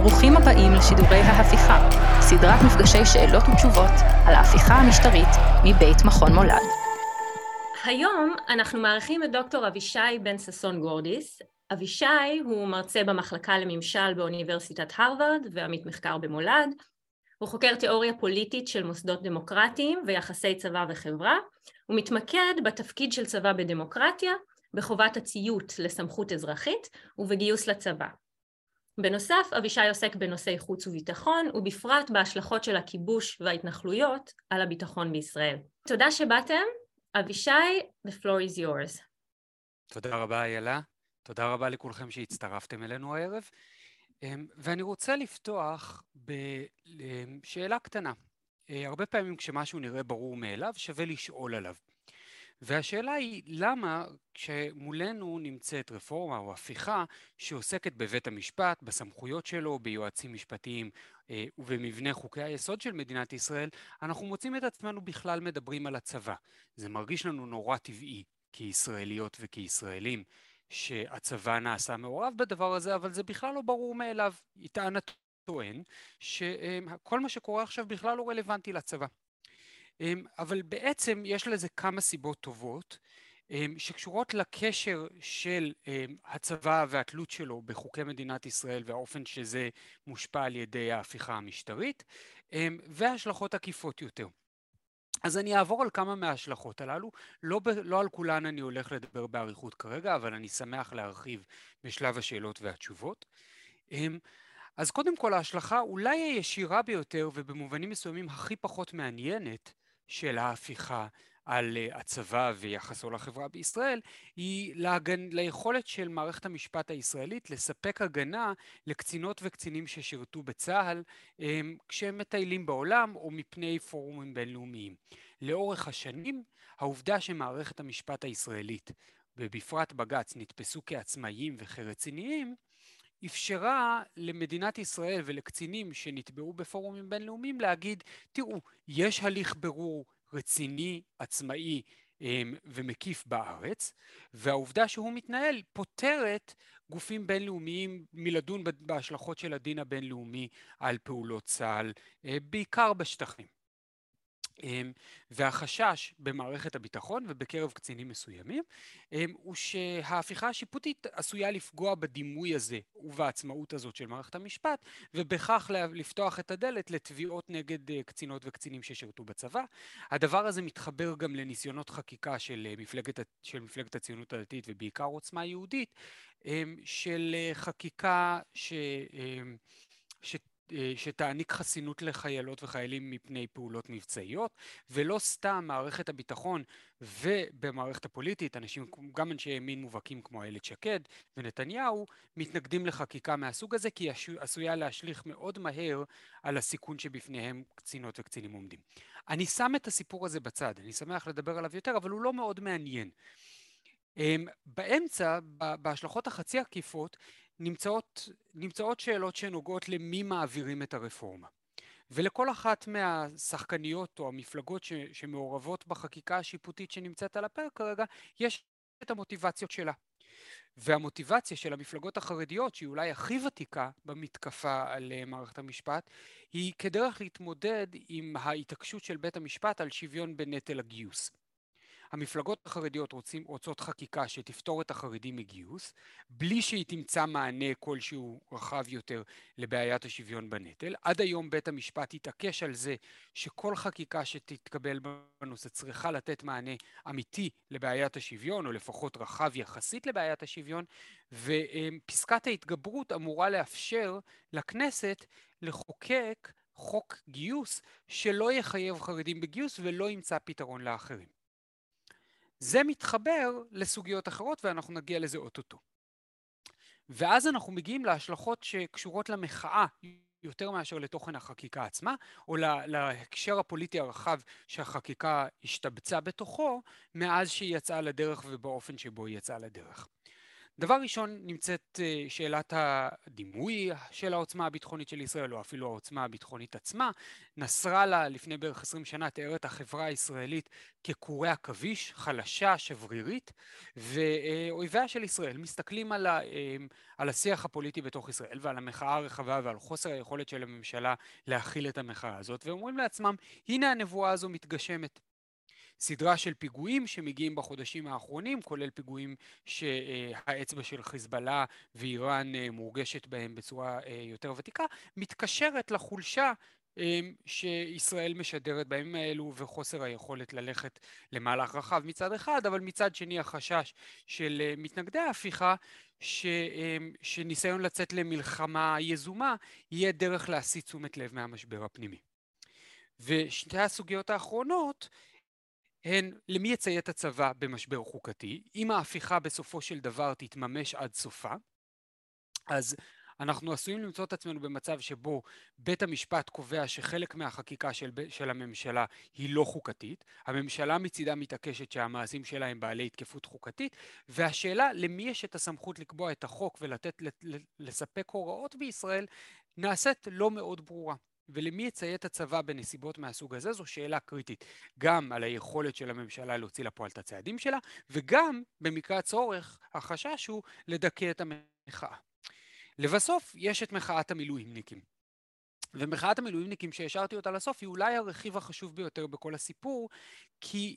ברוכים הבאים לשידורי ההפיכה, סדרת מפגשי שאלות ותשובות על ההפיכה המשטרית מבית מכון מולד. היום אנחנו מארחים את דוקטור אבישי בן ששון גורדיס. אבישי הוא מרצה במחלקה לממשל באוניברסיטת הרווארד ועמית מחקר במולד. הוא חוקר תיאוריה פוליטית של מוסדות דמוקרטיים ויחסי צבא וחברה. הוא מתמקד בתפקיד של צבא בדמוקרטיה, בחובת הציות לסמכות אזרחית ובגיוס לצבא. בנוסף, אבישי עוסק בנושאי חוץ וביטחון, ובפרט בהשלכות של הכיבוש וההתנחלויות על הביטחון בישראל. תודה שבאתם. אבישי, the floor is yours. תודה רבה איילה, תודה רבה לכולכם שהצטרפתם אלינו הערב, ואני רוצה לפתוח בשאלה קטנה. הרבה פעמים כשמשהו נראה ברור מאליו, שווה לשאול עליו. והשאלה היא, למה כשמולנו נמצאת רפורמה או הפיכה שעוסקת בבית המשפט, בסמכויות שלו, ביועצים משפטיים ובמבנה חוקי היסוד של מדינת ישראל, אנחנו מוצאים את עצמנו בכלל מדברים על הצבא. זה מרגיש לנו נורא טבעי כישראליות וכישראלים שהצבא נעשה מעורב בדבר הזה, אבל זה בכלל לא ברור מאליו. טענת טוען שכל מה שקורה עכשיו בכלל לא רלוונטי לצבא. אבל בעצם יש לזה כמה סיבות טובות שקשורות לקשר של הצבא והתלות שלו בחוקי מדינת ישראל והאופן שזה מושפע על ידי ההפיכה המשטרית והשלכות עקיפות יותר. אז אני אעבור על כמה מההשלכות הללו, לא על כולן אני הולך לדבר באריכות כרגע, אבל אני שמח להרחיב בשלב השאלות והתשובות. אז קודם כל ההשלכה אולי הישירה ביותר ובמובנים מסוימים הכי פחות מעניינת של ההפיכה על הצבא ויחסו לחברה בישראל היא ליכולת של מערכת המשפט הישראלית לספק הגנה לקצינות וקצינים ששירתו בצה"ל כשהם מטיילים בעולם או מפני פורומים בינלאומיים. לאורך השנים העובדה שמערכת המשפט הישראלית ובפרט בג"ץ נתפסו כעצמאיים וכרציניים אפשרה למדינת ישראל ולקצינים שנתבעו בפורומים בינלאומיים להגיד, תראו, יש הליך ברור רציני, עצמאי ומקיף בארץ, והעובדה שהוא מתנהל פותרת גופים בינלאומיים מלדון בהשלכות של הדין הבינלאומי על פעולות צה"ל, בעיקר בשטחים. והחשש במערכת הביטחון ובקרב קצינים מסוימים הוא שההפיכה השיפוטית עשויה לפגוע בדימוי הזה ובעצמאות הזאת של מערכת המשפט ובכך לפתוח את הדלת לתביעות נגד קצינות וקצינים ששירתו בצבא. הדבר הזה מתחבר גם לניסיונות חקיקה של מפלגת הציונות הדתית ובעיקר עוצמה יהודית של חקיקה שתעניק חסינות לחיילות וחיילים מפני פעולות מבצעיות, ולא סתם מערכת הביטחון ובמערכת הפוליטית, גם אנשי ימין מובהקים כמו איילת שקד ונתניהו, מתנגדים לחקיקה מהסוג הזה, כי עשויה להשליך מאוד מהר על הסיכון שבפניהם קצינות וקצינים עומדים. אני שם את הסיפור הזה בצד, אני שמח לדבר עליו יותר, אבל הוא לא מאוד מעניין. באמצע, בהשלכות החצי עקיפות, נמצאות שאלות שנוגעות למי מעבירים את הרפורמה. ולכל אחת מהשחקניות או המפלגות שמעורבות בחקיקה השיפוטית שנמצאת על הפרק כרגע, יש את המוטיבציות שלה. והמוטיבציה של המפלגות החרדיות, שהיא אולי הכי ותיקה במתקפה על מערכת המשפט, היא כדרך להתמודד עם ההתעקשות של בית המשפט על שוויון בנטל הגיוס. המפלגות החרדיות רוצות חקיקה שתפתור את החרדים מגיוס, בלי שהיא תמצא מענה כלשהו רחב יותר לבעיית השוויון בנטל. עד היום בית המשפט התעקש על זה שכל חקיקה שתתקבל בנושא צריכה לתת מענה אמיתי לבעיית השוויון, או לפחות רחב יחסית לבעיית השוויון, ופסקת ההתגברות אמורה לאפשר לכנסת לחוקק חוק גיוס שלא יחייב חרדים בגיוס ולא ימצא פתרון לאחרים. זה מתחבר לסוגיות אחרות ואנחנו נגיע לזה אוטוטו. ואז אנחנו מגיעים להשלכות שקשורות למחאה יותר מאשר לתוכן החקיקה עצמה, או להקשר הפוליטי הרחב שהחקיקה השתבצה בתוכו מאז שהיא יצאה לדרך ובאופן שבו היא יצאה לדרך. דבר ראשון נמצאת שאלת הדימוי של העוצמה הביטחונית של ישראל, או אפילו העוצמה הביטחונית עצמה. נסראללה לפני בערך 20 שנה תיאר את החברה הישראלית כקורי עכביש, חלשה, שברירית, ואויביה של ישראל מסתכלים על השיח הפוליטי בתוך ישראל ועל המחאה הרחבה ועל חוסר היכולת של הממשלה להכיל את המחאה הזאת, ואומרים לעצמם, הנה הנבואה הזו מתגשמת. סדרה של פיגועים שמגיעים בחודשים האחרונים, כולל פיגועים שהאצבע של חיזבאללה ואיראן מורגשת בהם בצורה יותר ותיקה, מתקשרת לחולשה שישראל משדרת בימים האלו וחוסר היכולת ללכת למהלך רחב מצד אחד, אבל מצד שני החשש של מתנגדי ההפיכה שניסיון לצאת למלחמה יזומה יהיה דרך להסיט תשומת לב מהמשבר הפנימי. ושתי הסוגיות האחרונות הן למי יציית הצבא במשבר חוקתי. אם ההפיכה בסופו של דבר תתממש עד סופה, אז אנחנו עשויים למצוא את עצמנו במצב שבו בית המשפט קובע שחלק מהחקיקה של הממשלה היא לא חוקתית, הממשלה מצידה מתעקשת שהמעשים שלה הם בעלי תקפות חוקתית, והשאלה למי יש את הסמכות לקבוע את החוק ולתת לספק הוראות בישראל נעשית לא מאוד ברורה. ולמי יציית הצבא בנסיבות מהסוג הזה זו שאלה קריטית, גם על היכולת של הממשלה להוציא לפועל את הצעדים שלה, וגם במקרה הצורך החשש הוא לדכא את המחאה. לבסוף יש את מחאת המילואימניקים. ומחאת המילואימניקים שהשארתי אותה לסוף היא אולי הרכיב החשוב ביותר בכל הסיפור, כי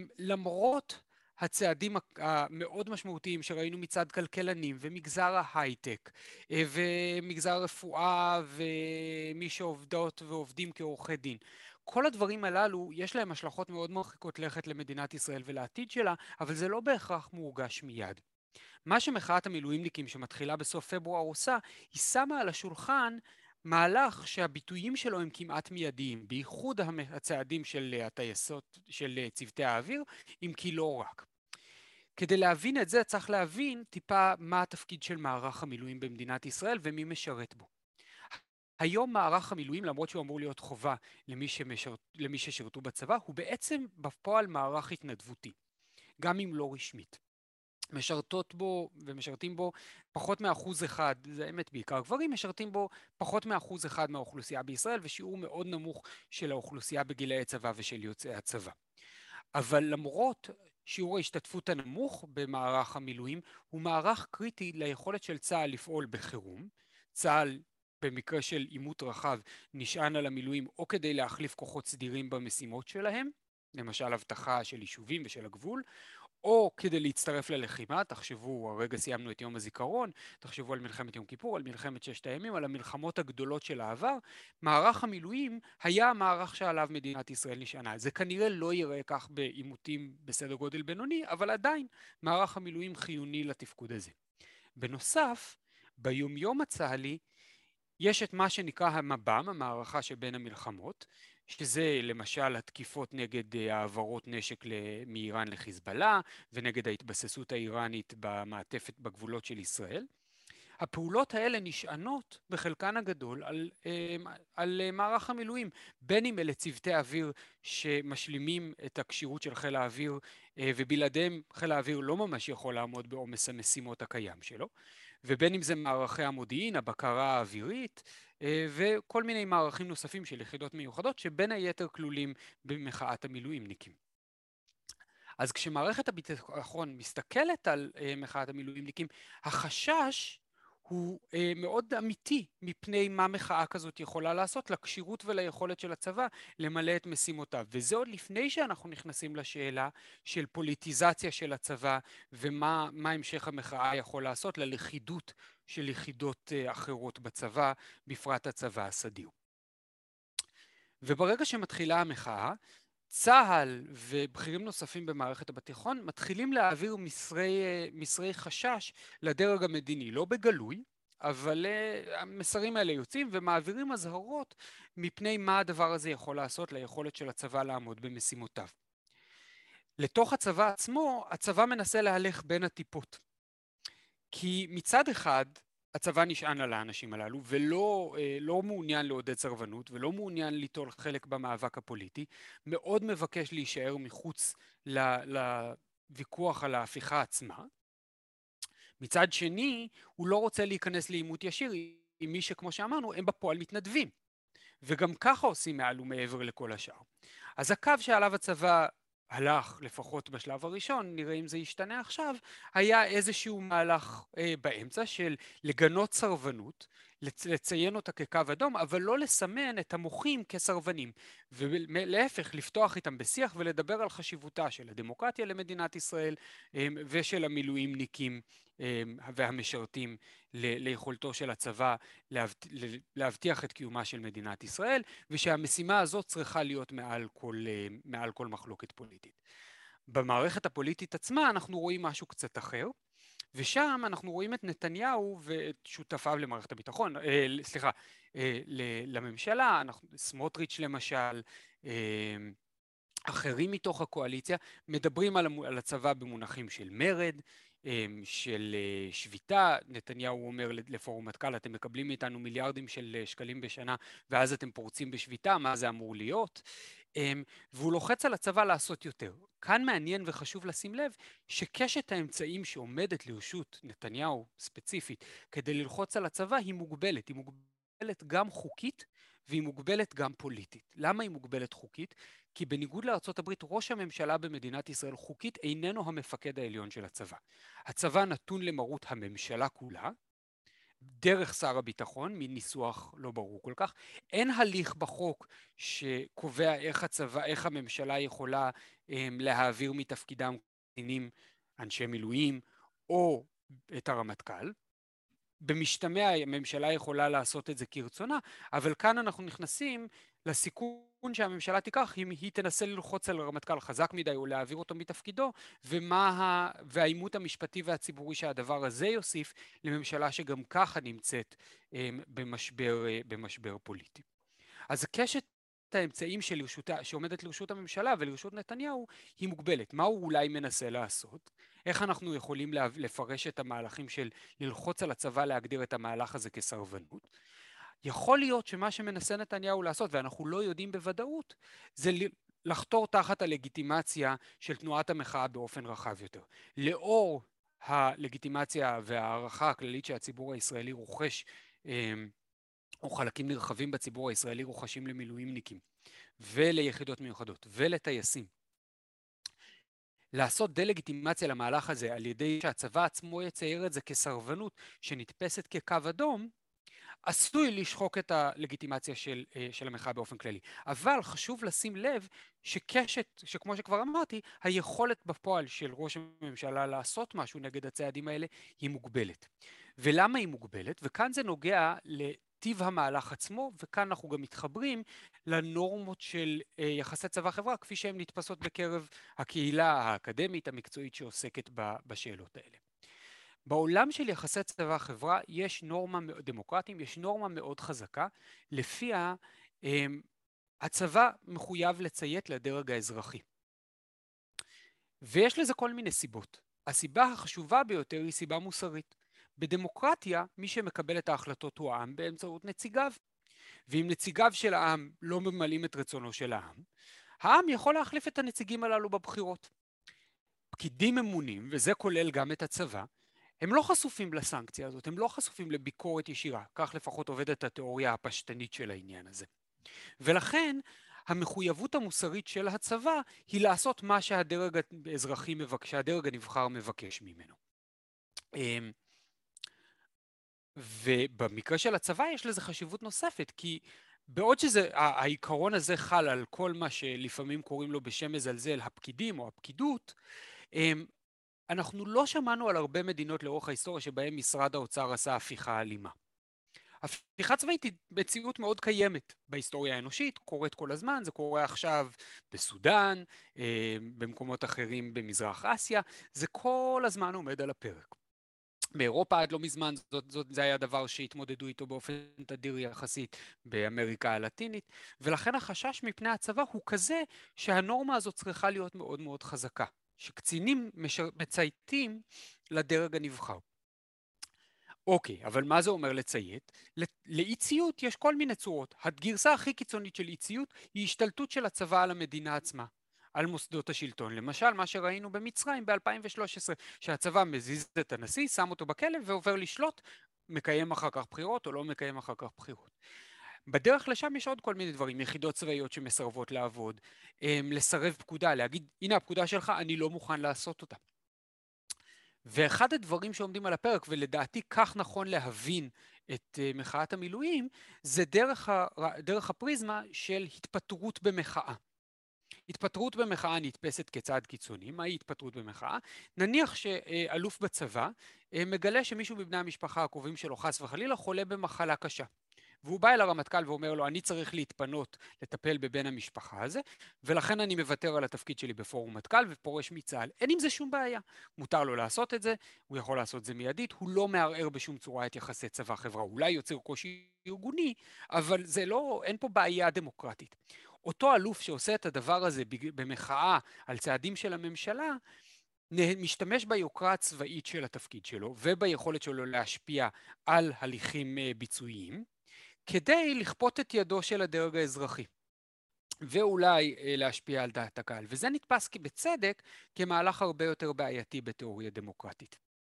למרות הצעדים המאוד משמעותיים שראינו מצד כלכלנים ומגזר ההייטק ומגזר הרפואה ומי שעובדות ועובדים כעורכי דין, כל הדברים הללו יש להם השלכות מאוד מרחיקות לכת למדינת ישראל ולעתיד שלה, אבל זה לא בהכרח מורגש מיד. מה שמחאת המילואימניקים שמתחילה בסוף פברואר עושה, היא שמה על השולחן מהלך שהביטויים שלו הם כמעט מיידיים, בייחוד הצעדים של הטייסות של צוותי האוויר, אם כי לא רק. כדי להבין את זה צריך להבין טיפה מה התפקיד של מערך המילואים במדינת ישראל ומי משרת בו. היום מערך המילואים, למרות שהוא אמור להיות חובה למי ששירתו בצבא, הוא בעצם בפועל מערך התנדבותי, גם אם לא רשמית. משרתות בו ומשרתים בו פחות מ1%, זה האמת בעיקר גברים, משרתים בו פחות מ1% מהאוכלוסייה בישראל, ושיעור מאוד נמוך של האוכלוסייה בגילאי צבא ושל יוצאי הצבא. אבל למרות שיעור ההשתתפות הנמוך במערך המילואים, הוא מערך קריטי ליכולת של צה"ל לפעול בחירום. צה"ל במקרה של עימות רחב נשען על המילואים או כדי להחליף כוחות סדירים במשימות שלהם, למשל הבטחה של יישובים ושל הגבול, או כדי להצטרף ללחימה. תחשבו, הרגע סיימנו את יום הזיכרון, תחשבו על מלחמת יום כיפור, על מלחמת ששת הימים, על המלחמות הגדולות של העבר. מערך המילואים היה המערך שעליו מדינת ישראל נשענה. זה כנראה לא ייראה כך בעימותים בסדר גודל בינוני, אבל עדיין מערך המילואים חיוני לתפקוד הזה. בנוסף, ביומיום הצה"לי יש את מה שנקרא המב"ם, המערכה שבין המלחמות, שזה למשל התקיפות נגד העברות נשק מאיראן לחיזבאללה ונגד ההתבססות האיראנית במעטפת בגבולות של ישראל. הפעולות האלה נשענות בחלקן הגדול על מערך המילואים, בין אם אלה צוותי האוויר שמשלימים את הקשירות של חיל האוויר ובלעדיהם חיל האוויר לא ממש יכול לעמוד בעומס המשימות הקיים שלו, ובין אם זה מערכי המודיעין, הבקרה האווירית וכל מיני מערכים נוספים של יחידות מיוחדות שבין היתר כלולים במחאת המילואימניקים. אז כשמערכת הביטחון מסתכלת על מחאת המילואימניקים, החשש הוא מאוד אמיתי מפני מה מחאה כזאת יכולה לעשות לקשירות וליכולת של הצבא למלא את משימותיו. וזה עוד לפני שאנחנו נכנסים לשאלה של פוליטיזציה של הצבא ומה המשך המחאה יכול לעשות ללכידות של יחידות אחרות בצבא, בפרט הצבא הסדיר. וברגע שמתחילה המחאה, צה"ל ובכירים נוספים במערכת הביטחון מתחילים להעביר מסרי חשש לדרג המדיני, לא בגלוי, אבל המסרים האלה יוצאים ומעבירים אזהרות מפני מה הדבר הזה יכול לעשות ליכולת של הצבא לעמוד במשימותיו. לתוך הצבא עצמו, הצבא מנסה להלך בין הטיפות. כי מצד אחד, הצבא נשען על האנשים הללו ולא מעוניין לעודד סרבנות ולא מעוניין ליטול חלק במאבק הפוליטי, מאוד מבקש להישאר מחוץ לוויכוח על ההפיכה עצמה. מצד שני, הוא לא רוצה להיכנס לעימות ישיר עם מי שכמו שאמרנו, הם בפועל מתנדבים. וגם ככה עושים מעל ומעבר לכל השאר. אז הקו שעליו הצבא הלך, לפחות בשלב הראשון, נראה אם זה ישתנה עכשיו, היה איזשהו מהלך באמצע של לגנות סרבנות, לציין אותה כקו אדום, אבל לא לסמן את המוחים כסרבנים, ולהפך לפתוח איתם בשיח ולדבר על חשיבותה של הדמוקרטיה למדינת ישראל ושל המילואימניקים והמשרתים ליכולתו של הצבא להבטיח את קיומה של מדינת ישראל, ושהמשימה הזאת צריכה להיות מעל כל מחלוקת פוליטית. במערכת הפוליטית עצמה אנחנו רואים משהו קצת אחר, ושם אנחנו רואים את נתניהו ואת שותפיו למערכת הביטחון, לממשלה, סמוטריץ' למשל, אחרים מתוך הקואליציה, מדברים על הצבא במונחים של מרד, של שביתה. נתניהו אומר לפורום מטכ"ל, אתם מקבלים מאיתנו מיליארדים של שקלים בשנה ואז אתם פורצים בשביתה, מה זה אמור להיות? והוא לוחץ על הצבא לעשות יותר. כאן מעניין וחשוב לשים לב שקשת האמצעים שעומדת לרשות נתניהו ספציפית כדי ללחוץ על הצבא היא מוגבלת. היא מוגבלת גם חוקית והיא מוגבלת גם פוליטית. למה היא מוגבלת חוקית? כי בניגוד לארצות הברית, ראש הממשלה במדינת ישראל חוקית איננו המפקד העליון של הצבא. הצבא נתון למרות הממשלה כולה, דרך שר הביטחון, מניסוח לא ברור כל כך. אין הליך בחוק שקובע איך הממשלה יכולה להעביר מתפקידם קצינים, אנשי מילואים, או את הרמטכ"ל. במשתמע הממשלה יכולה לעשות את זה כרצונה, אבל כאן אנחנו נכנסים לסיכון שהממשלה תיקח אם היא תנסה ללחוץ על הרמטכ"ל חזק מדי או להעביר אותו מתפקידו, והעימות המשפטי והציבורי שהדבר הזה יוסיף לממשלה שגם ככה נמצאת במשבר פוליטי. אז הקשת האמצעים שעומדת לרשות הממשלה ולרשות נתניהו היא מוגבלת. מה הוא אולי מנסה לעשות? איך אנחנו יכולים לפרש את המהלכים של ללחוץ על הצבא להגדיר את המהלך הזה כסרבנות? יכול להיות שמה שמנסה נתניהו לעשות, ואנחנו לא יודעים בוודאות, זה לחתור תחת הלגיטימציה של תנועת המחאה באופן רחב יותר. לאור הלגיטימציה והערכה הכללית שהציבור הישראלי רוכש, או חלקים נרחבים בציבור הישראלי רוכשים למילואימניקים וליחידות מיוחדות ולטייסים. לעשות דה-לגיטימציה למהלך הזה על ידי שהצבא עצמו יצייר את זה כסרבנות שנתפסת כקו אדום, עשוי לשחוק את הלגיטימציה של המחאה באופן כללי. אבל חשוב לשים לב שכמו שכבר אמרתי, היכולת בפועל של ראש הממשלה לעשות משהו נגד הצעדים האלה היא מוגבלת. ולמה היא מוגבלת? וכאן זה נוגע לטיב המהלך עצמו, וכאן אנחנו גם מתחברים לנורמות של יחסי צבא-חברה, כפי שהן נתפסות בקרב הקהילה האקדמית המקצועית שעוסקת בשאלות האלה. בעולם של יחסי צבא-חברה יש נורמה דמוקרטית, יש נורמה מאוד חזקה, לפיה הצבא מחויב לציית לדרג האזרחי. ויש לזה כל מיני סיבות. הסיבה החשובה ביותר היא סיבה מוסרית. בדמוקרטיה, מי שמקבל את ההחלטות הוא העם באמצעות נציגיו. ואם נציגיו של העם לא ממלאים את רצונו של העם יכול להחליף את הנציגים הללו בבחירות. פקידים ממונים, וזה כולל גם את הצבא, הם לא חשופים לסנקציה הזאת, הם לא חשופים לביקורת ישירה, כך לפחות עובדת התיאוריה הפשטנית של העניין הזה. ולכן המחויבות המוסרית של הצבא היא לעשות מה שהדרג האזרחי שהדרג הנבחר מבקש ממנו. ובמקרה של הצבא יש לזה חשיבות נוספת, כי בעוד העיקרון הזה חל על כל מה שלפעמים קוראים לו בשם מזלזל הפקידים או הפקידות, אנחנו לא שמענו על הרבה מדינות לאורך ההיסטוריה שבהם משרד האוצר עשה הפיכה אלימה. הפיכה צבאית היא מציאות מאוד קיימת בהיסטוריה האנושית, קורית כל הזמן, זה קורה עכשיו בסודן, במקומות אחרים במזרח אסיה, זה כל הזמן עומד על הפרק. באירופה עד לא מזמן זה היה דבר שהתמודדו איתו באופן תדיר יחסית באמריקה הלטינית, ולכן החשש מפני הצבא הוא כזה שהנורמה הזאת צריכה להיות מאוד מאוד חזקה, שקצינים מצייתים לדרג הנבחר. אוקיי, אבל מה זה אומר לציית? לאי ציות יש כל מיני צורות. הגרסה הכי קיצונית של אי ציות היא השתלטות של הצבא על המדינה עצמה. על מוסדות השלטון. למשל, מה שראינו במצרים ב-2013, שהצבא מזיז את הנשיא, שם אותו בכלא ועובר לשלוט, מקיים אחר כך בחירות או לא מקיים אחר כך בחירות. בדרך לשם יש עוד כל מיני דברים, יחידות צבאיות שמסרבות לעבוד, לסרב פקודה, להגיד, הנה הפקודה שלך, אני לא מוכן לעשות אותה. ואחד הדברים שעומדים על הפרק, ולדעתי כך נכון להבין את מחאת המילואים, זה דרך הפריזמה של התפטרות במחאה. התפטרות במחאה נתפסת כצעד קיצוני. מהי התפטרות במחאה? נניח שאלוף בצבא מגלה שמישהו מבני המשפחה הקרובים שלו חס וחלילה חולה במחלה קשה. והוא בא אל הרמטכ"ל ואומר לו, אני צריך להתפנות לטפל בבן המשפחה הזה, ולכן אני מוותר על התפקיד שלי בפורום מטכ"ל ופורש מצה"ל. אין עם זה שום בעיה. מותר לו לעשות את זה, הוא יכול לעשות זה מיידית, הוא לא מערער בשום צורה את יחסי צבא חברה. אולי יוצר קושי ארגוני, אבל זה לא, אין פה בעיה דמוקרטית. אותו אלוף שעושה את הדבר הזה במחאה על צעדים של הממשלה, משתמש ביוקרה הצבאית של התפקיד שלו וביכולת שלו להשפיע על הליכים ביצועיים, כדי לכפות את ידו של הדרג האזרחי, ואולי להשפיע על דעת הקהל. וזה נתפס בצדק כמהלך הרבה יותר בעייתי בתיאוריה דמוקרטית.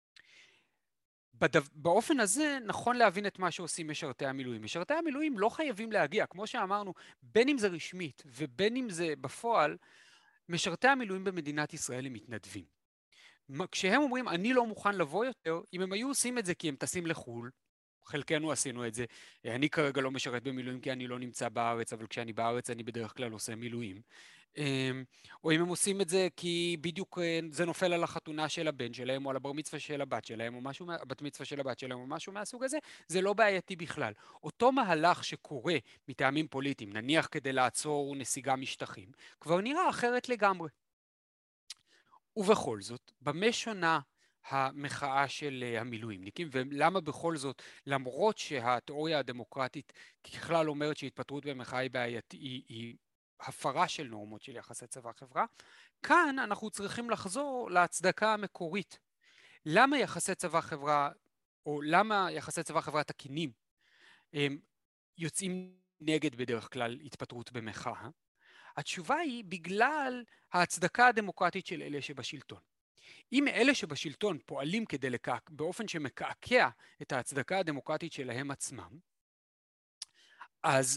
באופן הזה נכון להבין את מה שעושים משרתי המילואים. משרתי המילואים לא חייבים להגיע, כמו שאמרנו, בין אם זה רשמית ובין אם זה בפועל, משרתי המילואים במדינת ישראל הם מתנדבים. כשהם אומרים אני לא מוכן לבוא יותר, אם הם היו עושים את זה כי הם טסים לחו"ל, חלקנו עשינו את זה, אני כרגע לא משרת במילואים כי אני לא נמצא בארץ, אבל כשאני בארץ אני בדרך כלל עושה מילואים. או אם הם עושים את זה כי בדיוק זה נופל על החתונה של הבן שלהם, או על הבר מצווה של הבת שלהם, או משהו, בת מצווה של הבת שלהם, או משהו מהסוג הזה, זה לא בעייתי בכלל. אותו מהלך שקורה מטעמים פוליטיים, נניח כדי לעצור נסיגה משטחים, כבר נראה אחרת לגמרי. ובכל זאת, במה שונה המחאה של המילואימניקים, ולמה בכל זאת, למרות שהתיאוריה הדמוקרטית ככלל אומרת שהתפטרות במחאה היא הפרה של נורמות של יחסי צבא חברה, כאן אנחנו צריכים לחזור להצדקה המקורית. למה יחסי צבא חברה, או למה יחסי צבא חברה תקינים, יוצאים נגד בדרך כלל התפטרות במחאה? התשובה היא בגלל ההצדקה הדמוקרטית של אלה שבשלטון. אם אלה שבשלטון פועלים באופן שמקעקע את ההצדקה הדמוקרטית שלהם עצמם, אז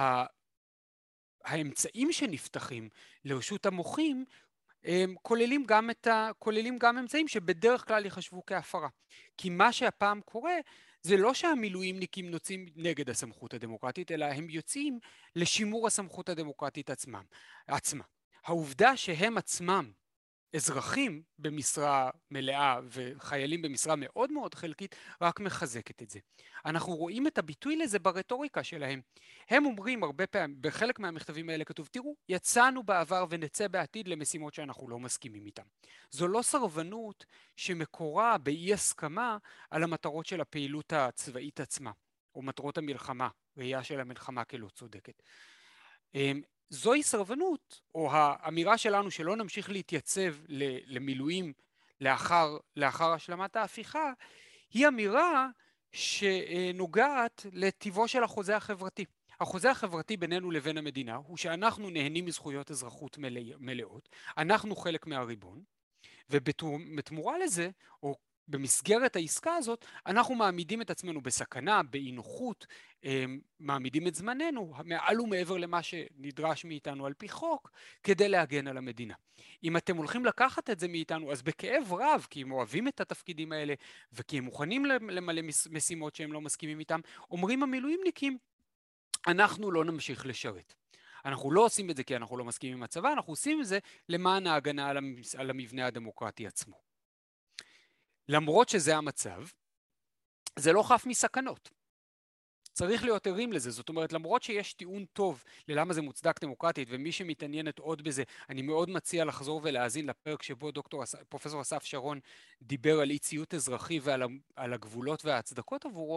האמצעים שנפתחים לרשות המוחים כוללים גם אמצעים שבדרך כלל יחשבו כהפרה. כי מה שהפעם קורה זה לא שהמילואימניקים יוצאים נגד הסמכות הדמוקרטית, אלא הם יוצאים לשימור הסמכות הדמוקרטית עצמה. העובדה שהם עצמם אזרחים במשרה מלאה וחיילים במשרה מאוד מאוד חלקית רק מחזקת את זה. אנחנו רואים את הביטוי לזה ברטוריקה שלהם. הם אומרים הרבה פעמים, בחלק מהמכתבים האלה כתוב, תראו, יצאנו בעבר ונצא בעתיד למשימות שאנחנו לא מסכימים איתם. זו לא סרבנות שמקורה באי הסכמה על המטרות של הפעילות הצבאית עצמה, או מטרות המלחמה, ראייה של המלחמה כלא צודקת. זוהי סרבנות, או האמירה שלנו שלא נמשיך להתייצב למילואים לאחר השלמת ההפיכה, היא אמירה שנוגעת לטיבו של החוזה החברתי. החוזה החברתי בינינו לבין המדינה הוא שאנחנו נהנים מזכויות אזרחות מלאות, אנחנו חלק מהריבון, ובתמורה לזה, או במסגרת העסקה הזאת, אנחנו מעמידים את עצמנו בסכנה, באי נוחות, מעמידים את זמננו, מעל ומעבר למה שנדרש מאיתנו על פי חוק, כדי להגן על המדינה. אם אתם הולכים לקחת את זה מאיתנו, אז בכאב רב, כי הם אוהבים את התפקידים האלה, וכי הם מוכנים למלא משימות שהם לא מסכימים איתם, אומרים המילואימניקים, אנחנו לא נמשיך לשרת. אנחנו לא עושים את זה כי אנחנו לא מסכימים עם הצבא, אנחנו עושים את זה למען ההגנה על המבנה הדמוקרטי עצמו. למרות שזה המצב, זה לא חף מסכנות. צריך להיות ערים לזה, זאת אומרת, למרות שיש טיעון טוב ללמה זה מוצדק דמוקרטית, ומי שמתעניינת עוד בזה, אני מאוד מציע לחזור ולהאזין לפרק שבו פרופסור אסף שרון דיבר על אי ציות אזרחי ועל הגבולות וההצדקות עבורו,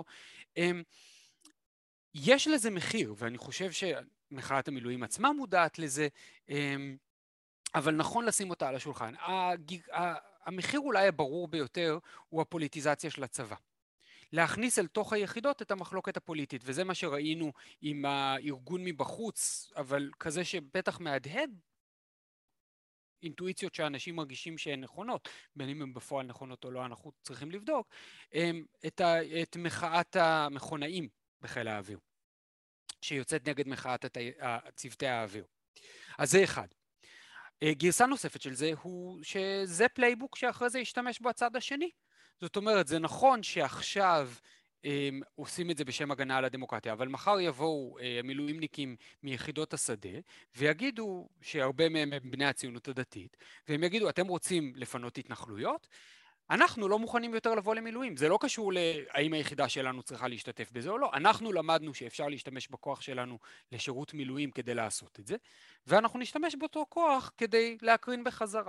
יש לזה מחיר, ואני חושב שמחאת המילואים עצמה מודעת לזה, אבל נכון לשים אותה על השולחן. המחיר אולי הברור ביותר הוא הפוליטיזציה של הצבא. להכניס אל תוך היחידות את המחלוקת הפוליטית, וזה מה שראינו עם הארגון מבחוץ, אבל כזה שבטח מהדהד אינטואיציות שאנשים מרגישים שהן נכונות, בין אם הן בפועל נכונות או לא, אנחנו צריכים לבדוק, את מחאת המכונאים בחיל האוויר, שיוצאת נגד מחאת צוותי האוויר. אז זה אחד. גרסה נוספת של זה הוא שזה פלייבוק שאחרי זה ישתמש בו הצד השני. זאת אומרת, זה נכון שעכשיו עושים את זה בשם הגנה על הדמוקרטיה, אבל מחר יבואו מילואימניקים מיחידות השדה ויגידו שהרבה מהם הם בני הציונות הדתית, והם יגידו, אתם רוצים לפנות התנחלויות? אנחנו לא מוכנים יותר לבוא למילואים. זה לא קשור להאם היחידה שלנו צריכה להשתתף בזה או לא. אנחנו למדנו שאפשר להשתמש בכוח שלנו לשירות מילואים כדי לעשות את זה, ואנחנו נשתמש באותו כוח כדי להקרין בחזרה.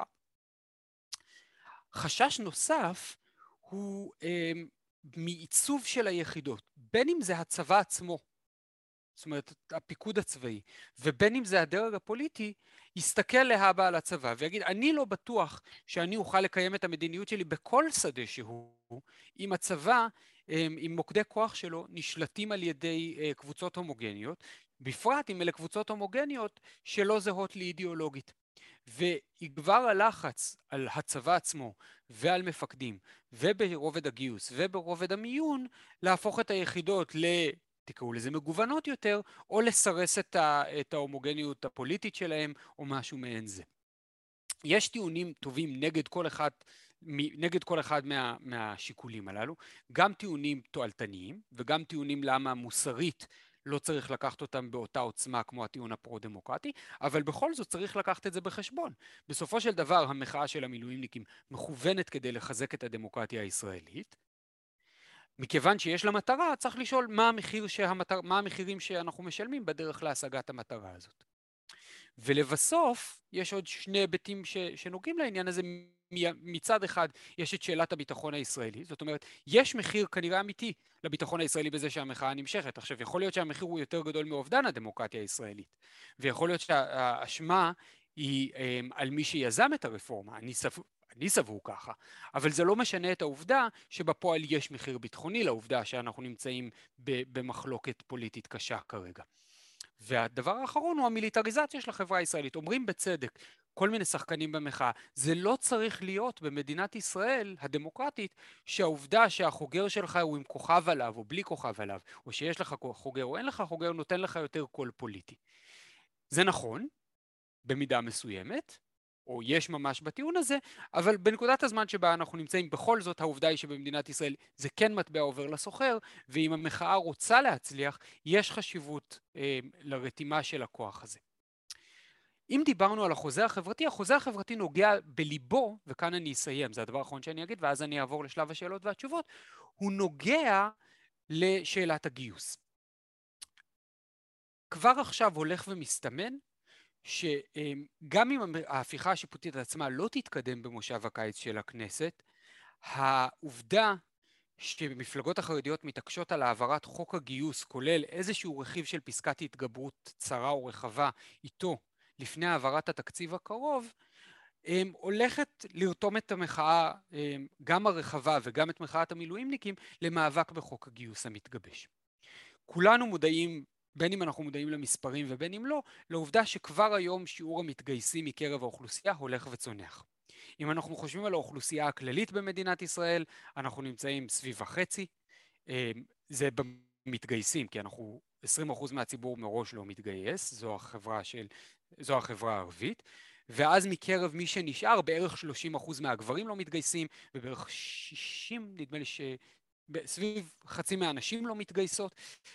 חשש נוסף הוא מעיצוב של היחידות, בין אם זה הצבא עצמו, זאת אומרת הפיקוד הצבאי, ובין אם זה הדרג הפוליטי, יסתכל להבא על הצבא ויגיד, אני לא בטוח שאני אוכל לקיים את המדיניות שלי בכל שדה שהוא, אם הצבא, אם מוקדי כוח שלו נשלטים על ידי קבוצות הומוגניות, בפרט אם אלה קבוצות הומוגניות שלא זהות לי אידיאולוגית. ויגבר הלחץ על הצבא עצמו ועל מפקדים וברובד הגיוס וברובד המיון להפוך את היחידות תקראו לזה מגוונות יותר, או לסרס את ההומוגניות הפוליטית שלהם, או משהו מעין זה. יש טיעונים טובים נגד כל אחד מהשיקולים הללו, גם טיעונים תועלתניים, וגם טיעונים למה מוסרית לא צריך לקחת אותם באותה עוצמה כמו הטיעון הפרו-דמוקרטי, אבל בכל זאת צריך לקחת את זה בחשבון. בסופו של דבר, המחאה של המילואימניקים מכוונת כדי לחזק את הדמוקרטיה הישראלית, מכיוון שיש לה מטרה, צריך לשאול מה המחירים שאנחנו משלמים בדרך להשגת המטרה הזאת. ולבסוף, יש עוד שני היבטים שנוגעים לעניין הזה. מצד אחד, יש את שאלת הביטחון הישראלי, זאת אומרת, יש מחיר כנראה אמיתי לביטחון הישראלי בזה שהמחאה נמשכת. עכשיו, יכול להיות שהמחיר הוא יותר גדול מאובדן הדמוקרטיה הישראלית, ויכול להיות שהאשמה היא על מי שיזם את הרפורמה. אני סבור ככה, אבל זה לא משנה את העובדה שבפועל יש מחיר ביטחוני לעובדה שאנחנו נמצאים במחלוקת פוליטית קשה כרגע. והדבר האחרון הוא המיליטריזציה של החברה הישראלית. אומרים בצדק כל מיני שחקנים במחאה, זה לא צריך להיות במדינת ישראל הדמוקרטית שהעובדה שהחוגר שלך הוא עם כוכב עליו או בלי כוכב עליו, או שיש לך חוגר או אין לך חוגר, נותן לך יותר קול פוליטי. זה נכון במידה מסוימת, או יש ממש בטיעון הזה, אבל בנקודת הזמן שבה אנחנו נמצאים, בכל זאת העובדה היא שבמדינת ישראל זה כן מטבע עובר לסוחר, ואם המחאה רוצה להצליח, יש חשיבות לרתימה של הכוח הזה. אם דיברנו על החוזה החברתי נוגע בליבו, וכאן אני אסיים, זה הדבר האחרון שאני אגיד, ואז אני אעבור לשלב השאלות והתשובות, הוא נוגע לשאלת הגיוס. כבר עכשיו הולך ומסתמן, שגם אם ההפיכה השיפוטית עצמה לא תתקדם במושב הקיץ של הכנסת, העובדה שמפלגות החרדיות מתעקשות על העברת חוק הגיוס, כולל איזשהו רכיב של פסקת התגברות צרה או רחבה איתו לפני העברת התקציב הקרוב, הולכת לרתום את המחאה, גם הרחבה וגם את מחאת המילואימניקים, למאבק בחוק הגיוס המתגבש. כולנו מודעים, בין אם אנחנו מודעים למספרים ובין אם לא, לעובדה שכבר היום שיעור המתגייסים מקרב האוכלוסייה הולך וצונח. אם אנחנו חושבים על האוכלוסייה הכללית במדינת ישראל, אנחנו נמצאים סביב החצי, זה במתגייסים, כי 20% מהציבור מראש לא מתגייס, זו החברה הערבית, ואז מקרב מי שנשאר, בערך 30% מהגברים לא מתגייסים, ובערך 60, נדמה לי סביב חצי מהאנשים לא מתגייסות,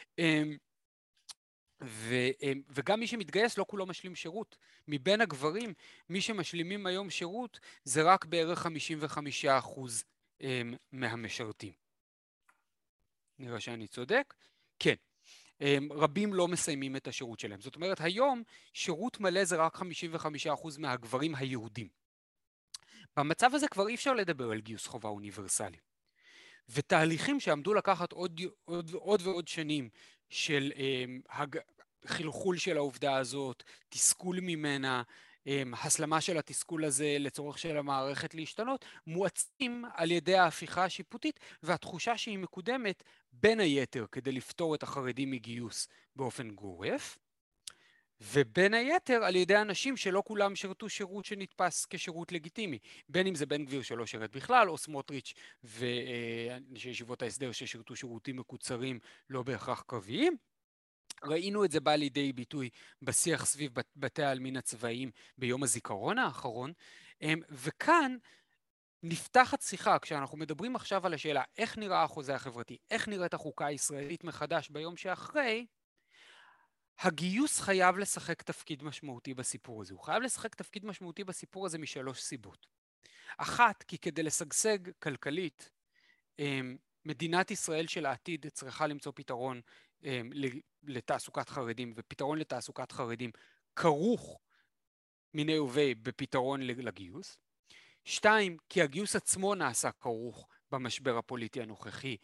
וגם מי שמתגייס לא כולו משלים שירות. מבין הגברים, מי שמשלימים היום שירות זה רק בערך 55% מהמשרתים. נראה שאני צודק? כן. רבים לא מסיימים את השירות שלהם. זאת אומרת, היום שירות מלא זה רק 55% מהגברים היהודים. במצב הזה כבר אי אפשר לדבר על גיוס חובה אוניברסלי. ותהליכים שעמדו לקחת עוד ועוד שנים של חלחול של העובדה הזאת, תסכול ממנה, הסלמה של התסכול הזה לצורך של המערכת להשתנות, מואצים על ידי ההפיכה השיפוטית והתחושה שהיא מקודמת בין היתר כדי לפתור את החרדים מגיוס באופן גורף. ובין היתר על ידי אנשים שלא כולם שירתו שירות שנתפס כשירות לגיטימי, בין אם זה בן גביר שלא שירת בכלל, או סמוטריץ' ואנשי ישיבות ההסדר ששירתו שירותים מקוצרים לא בהכרח קרביים. ראינו את זה בא לידי ביטוי בשיח סביב בתי העלמין הצבאיים ביום הזיכרון האחרון, וכאן נפתחת שיחה כשאנחנו מדברים עכשיו על השאלה איך נראה החוזה החברתי, איך נראית החוקה הישראלית מחדש ביום שאחרי, הגיוס חייב לשחק תפקיד משמעותי בסיפור הזה. הוא חייב לשחק תפקיד משמעותי בסיפור הזה משלוש סיבות. אחת, כי כדי לשגשג כלכלית, מדינת ישראל של העתיד צריכה למצוא פתרון לתעסוקת חרדים, ופתרון לתעסוקת חרדים כרוך מיני וביה בפתרון לגיוס. שתיים, כי הגיוס עצמו נעשה כרוך במשבר הפוליטי הנוכחי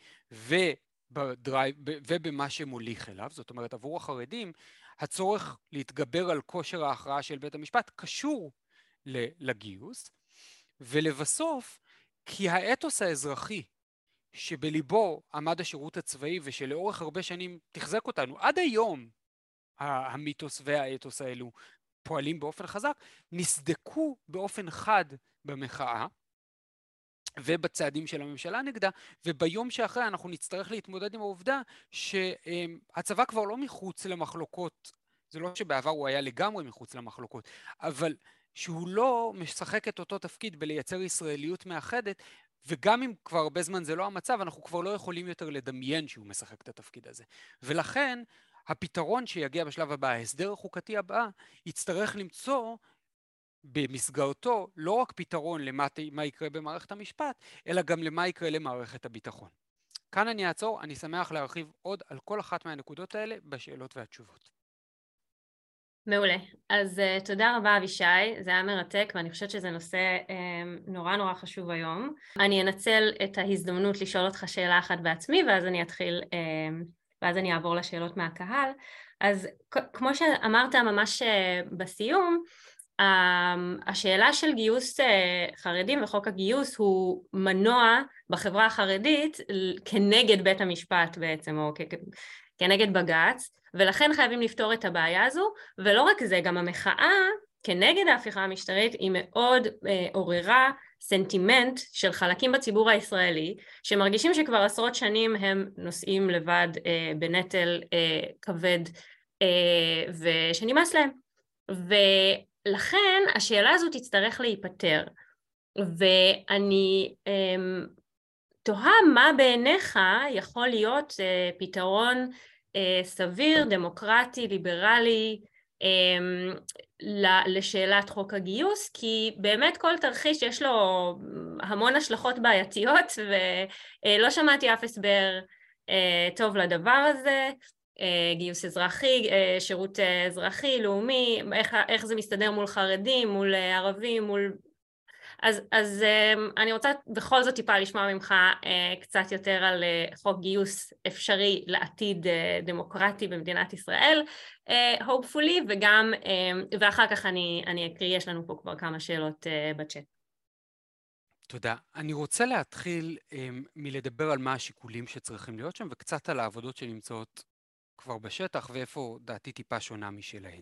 ובמה שמוליך אליו. זאת אומרת, עבור החרדים, הצורך להתגבר על כושר ההכרעה של בית המשפט קשור לגיוס. ולבסוף, כי האתוס האזרחי שבליבו עמד השירות הצבאי ושלאורך הרבה שנים תחזק אותנו, עד היום המיתוס והאתוס האלו פועלים באופן חזק, נסדקו באופן חד במחאה ובצעדים של הממשלה נגדה, וביום שאחרי אנחנו נצטרך להתמודד עם העובדה שהצבא כבר לא מחוץ למחלוקות, זה לא שבעבר הוא היה לגמרי מחוץ למחלוקות, אבל שהוא לא משחק את אותו תפקיד בלייצר ישראליות מאחדת, וגם אם כבר הרבה זמן זה לא המצב, אנחנו כבר לא יכולים יותר לדמיין שהוא משחק את התפקיד הזה. ולכן הפתרון שיגיע בשלב הבא, ההסדר החוקתי הבא, יצטרך למצוא במסגרתו לא רק פתרון למה יקרה במערכת המשפט, אלא גם למה יקרה למערכת הביטחון. כאן אני אעצור, אני שמח להרחיב עוד על כל אחת מהנקודות האלה בשאלות והתשובות. מעולה. אז תודה רבה אבישי, זה היה מרתק ואני חושבת שזה נושא נורא נורא חשוב היום. אני אנצל את ההזדמנות לשאול אותך שאלה אחת בעצמי ואז אני אתחיל, ואז אני אעבור לשאלות מהקהל. אז כמו שאמרת ממש בסיום, השאלה של גיוס חרדים וחוק הגיוס הוא מנוע בחברה החרדית כנגד בית המשפט בעצם, או כנגד בג"ץ, ולכן חייבים לפתור את הבעיה הזו, ולא רק זה, גם המחאה כנגד ההפיכה המשטרית היא מאוד עוררה סנטימנט של חלקים בציבור הישראלי, שמרגישים שכבר עשרות שנים הם נושאים לבד בנטל כבד ושנמאס להם. ולכן השאלה הזו תצטרך להיפטר, ואני תוהה מה בעיניך יכול להיות פתרון סביר, דמוקרטי, ליברלי, לשאלת חוק הגיוס, כי באמת כל תרחיש יש לו המון השלכות בעייתיות, ולא שמעתי אף הסבר טוב לדבר הזה. גיוס אזרחי, שירות אזרחי, לאומי, איך זה מסתדר מול חרדים, מול ערבים, מול... אז אני רוצה בכל זאת טיפה לשמוע ממך קצת יותר על חוק גיוס אפשרי לעתיד דמוקרטי במדינת ישראל, hopefully, וגם, ואחר כך אני אקריא, יש לנו פה כבר כמה שאלות בצ'אט. תודה. אני רוצה להתחיל מלדבר על מה השיקולים שצריכים להיות שם, וקצת על העבודות שנמצאות כבר בשטח, ואיפה דעתי טיפה שונה משלהן.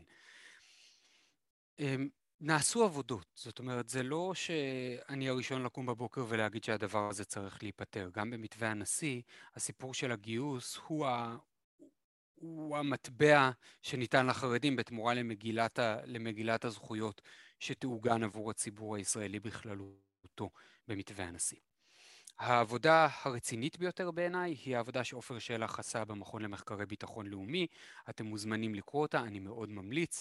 נעשו עבודות, זאת אומרת, זה לא שאני הראשון לקום בבוקר ולהגיד שהדבר הזה צריך להיפטר. גם במתווה הנשיא, הסיפור של הגיוס הוא המטבע שניתן לחרדים בתמורה למגילת הזכויות שתעוגן עבור הציבור הישראלי בכללותו במתווה הנשיא. העבודה הרצינית ביותר בעיניי היא העבודה שעופר שלח עשה במכון למחקרי ביטחון לאומי. אתם מוזמנים לקרוא אותה, אני מאוד ממליץ.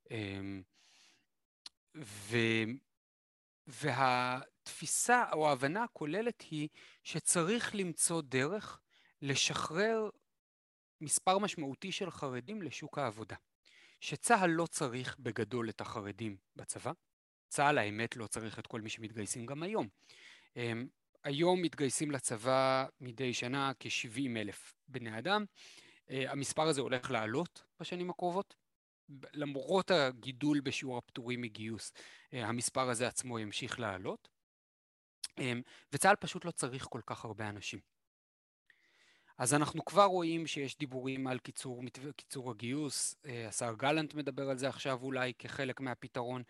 והתפיסה או ההבנה הכוללת היא שצריך למצוא דרך לשחרר מספר משמעותי של חרדים לשוק העבודה. שצה"ל לא צריך בגדול את החרדים בצבא. צה"ל האמת לא צריך את כל מי שמתגייסים גם היום. היום מתגייסים לצבא מדי שנה כ-70,000 בני אדם. המספר הזה הולך לעלות בשנים הקרובות. למרות הגידול בשיעור הפטורים מגיוס, המספר הזה עצמו ימשיך לעלות. וצה"ל פשוט לא צריך כל כך הרבה אנשים. אז אנחנו כבר רואים שיש דיבורים על קיצור הגיוס, השר גלנט מדבר על זה עכשיו אולי כחלק מהפתרון,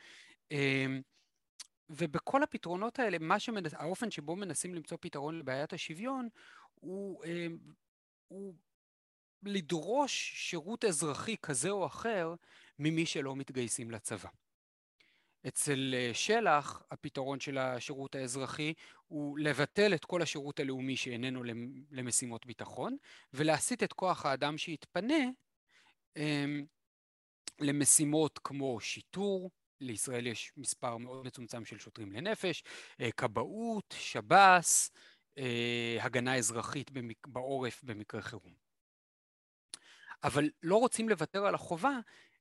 ובכל הפתרונות האלה, האופן שבו מנסים למצוא פתרון לבעיית השוויון, הוא לדרוש שירות אזרחי כזה או אחר ממי שלא מתגייסים לצבא. אצל שלח, הפתרון של השירות האזרחי הוא לבטל את כל השירות הלאומי שאיננו למשימות ביטחון, ולהסיט את כוח האדם שיתפנה למשימות כמו שיטור, לישראל יש מספר מאוד מצומצם של שוטרים לנפש, כבאות, שב"ס, הגנה אזרחית בעורף במקרה חירום. אבל לא רוצים לוותר על החובה,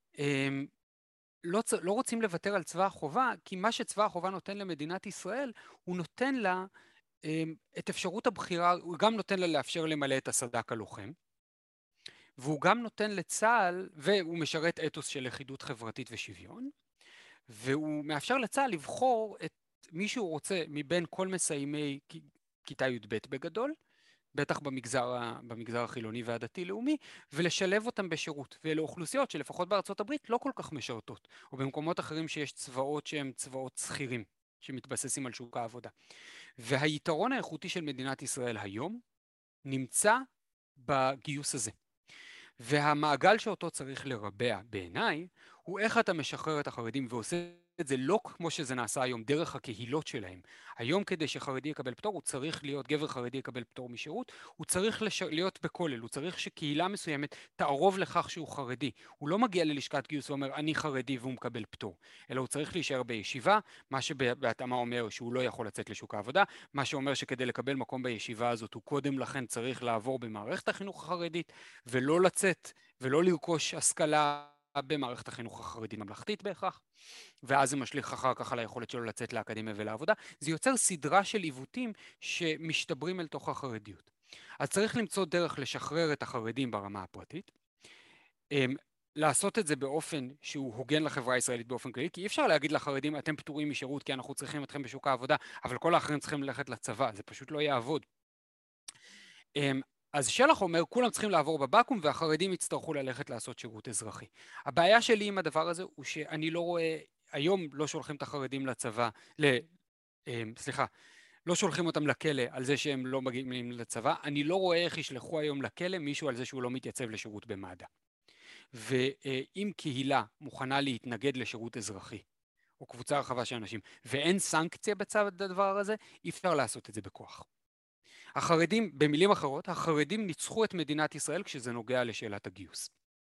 לא רוצים לוותר על צבא החובה, כי מה שצבא החובה נותן למדינת ישראל, הוא נותן לה את אפשרות הבחירה, הוא גם נותן לה לאפשר למלא את הסד"כ הלוחם, והוא גם נותן לצה"ל, והוא משרת אתוס של לכידות חברתית ושוויון, והוא מאפשר לצה"ל לבחור את מי שהוא רוצה מבין כל מסיימי כיתה י"ב בגדול, בטח במגזר החילוני והדתי-לאומי, ולשלב אותם בשירות. ואלה אוכלוסיות שלפחות בארצות הברית לא כל כך משרתות, או במקומות אחרים שיש צבאות שהם צבאות שכירים, שמתבססים על שוק העבודה. והיתרון האיכותי של מדינת ישראל היום נמצא בגיוס הזה. והמעגל שאותו צריך לרבע בעיניי, הוא איך אתה משחרר את החרדים ועושה את זה לא כמו שזה נעשה היום, דרך הקהילות שלהם. היום כדי שחרדי יקבל פטור, הוא צריך להיות, גבר חרדי יקבל פטור משירות, הוא צריך להיות בכולל, הוא צריך שקהילה מסוימת תערוב לכך שהוא חרדי. הוא לא מגיע ללשכת גיוס ואומר, אני חרדי והוא מקבל פטור, אלא הוא צריך להישאר בישיבה, מה שבהתאמה אומר שהוא לא יכול לצאת לשוק העבודה, מה שאומר שכדי לקבל מקום בישיבה הזאת, הוא קודם לכן צריך לעבור במערכת החינוך החרדית, ולא לצאת ולא לרכוש השכלה במערכת החינוך החרדית ממלכתית בהכרח, ואז זה משליך אחר כך על היכולת שלו לצאת לאקדמיה ולעבודה. זה יוצר סדרה של עיוותים שמשתברים אל תוך החרדיות. אז צריך למצוא דרך לשחרר את החרדים ברמה הפרטית, לעשות את זה באופן שהוא הוגן לחברה הישראלית באופן כללי, כי אי אפשר להגיד לחרדים אתם פטורים משירות כי אנחנו צריכים אתכם בשוק העבודה, אבל כל האחרים צריכים ללכת לצבא, זה פשוט לא יעבוד. אז שלח אומר, כולם צריכים לעבור בבקו"ם והחרדים יצטרכו ללכת לעשות שירות אזרחי. הבעיה שלי עם הדבר הזה הוא שאני לא רואה, היום לא שולחים את החרדים לצבא, לא שולחים אותם לכלא על זה שהם לא מגיעים לצבא, אני לא רואה איך ישלחו היום לכלא מישהו על זה שהוא לא מתייצב לשירות במד"א. ואם קהילה מוכנה להתנגד לשירות אזרחי, או קבוצה רחבה של אנשים, ואין סנקציה בצד הדבר הזה, אי אפשר לעשות את זה בכוח. החרדים, במילים אחרות, החרדים ניצחו את מדינת ישראל כשזה נוגע לשאלת הגיוס.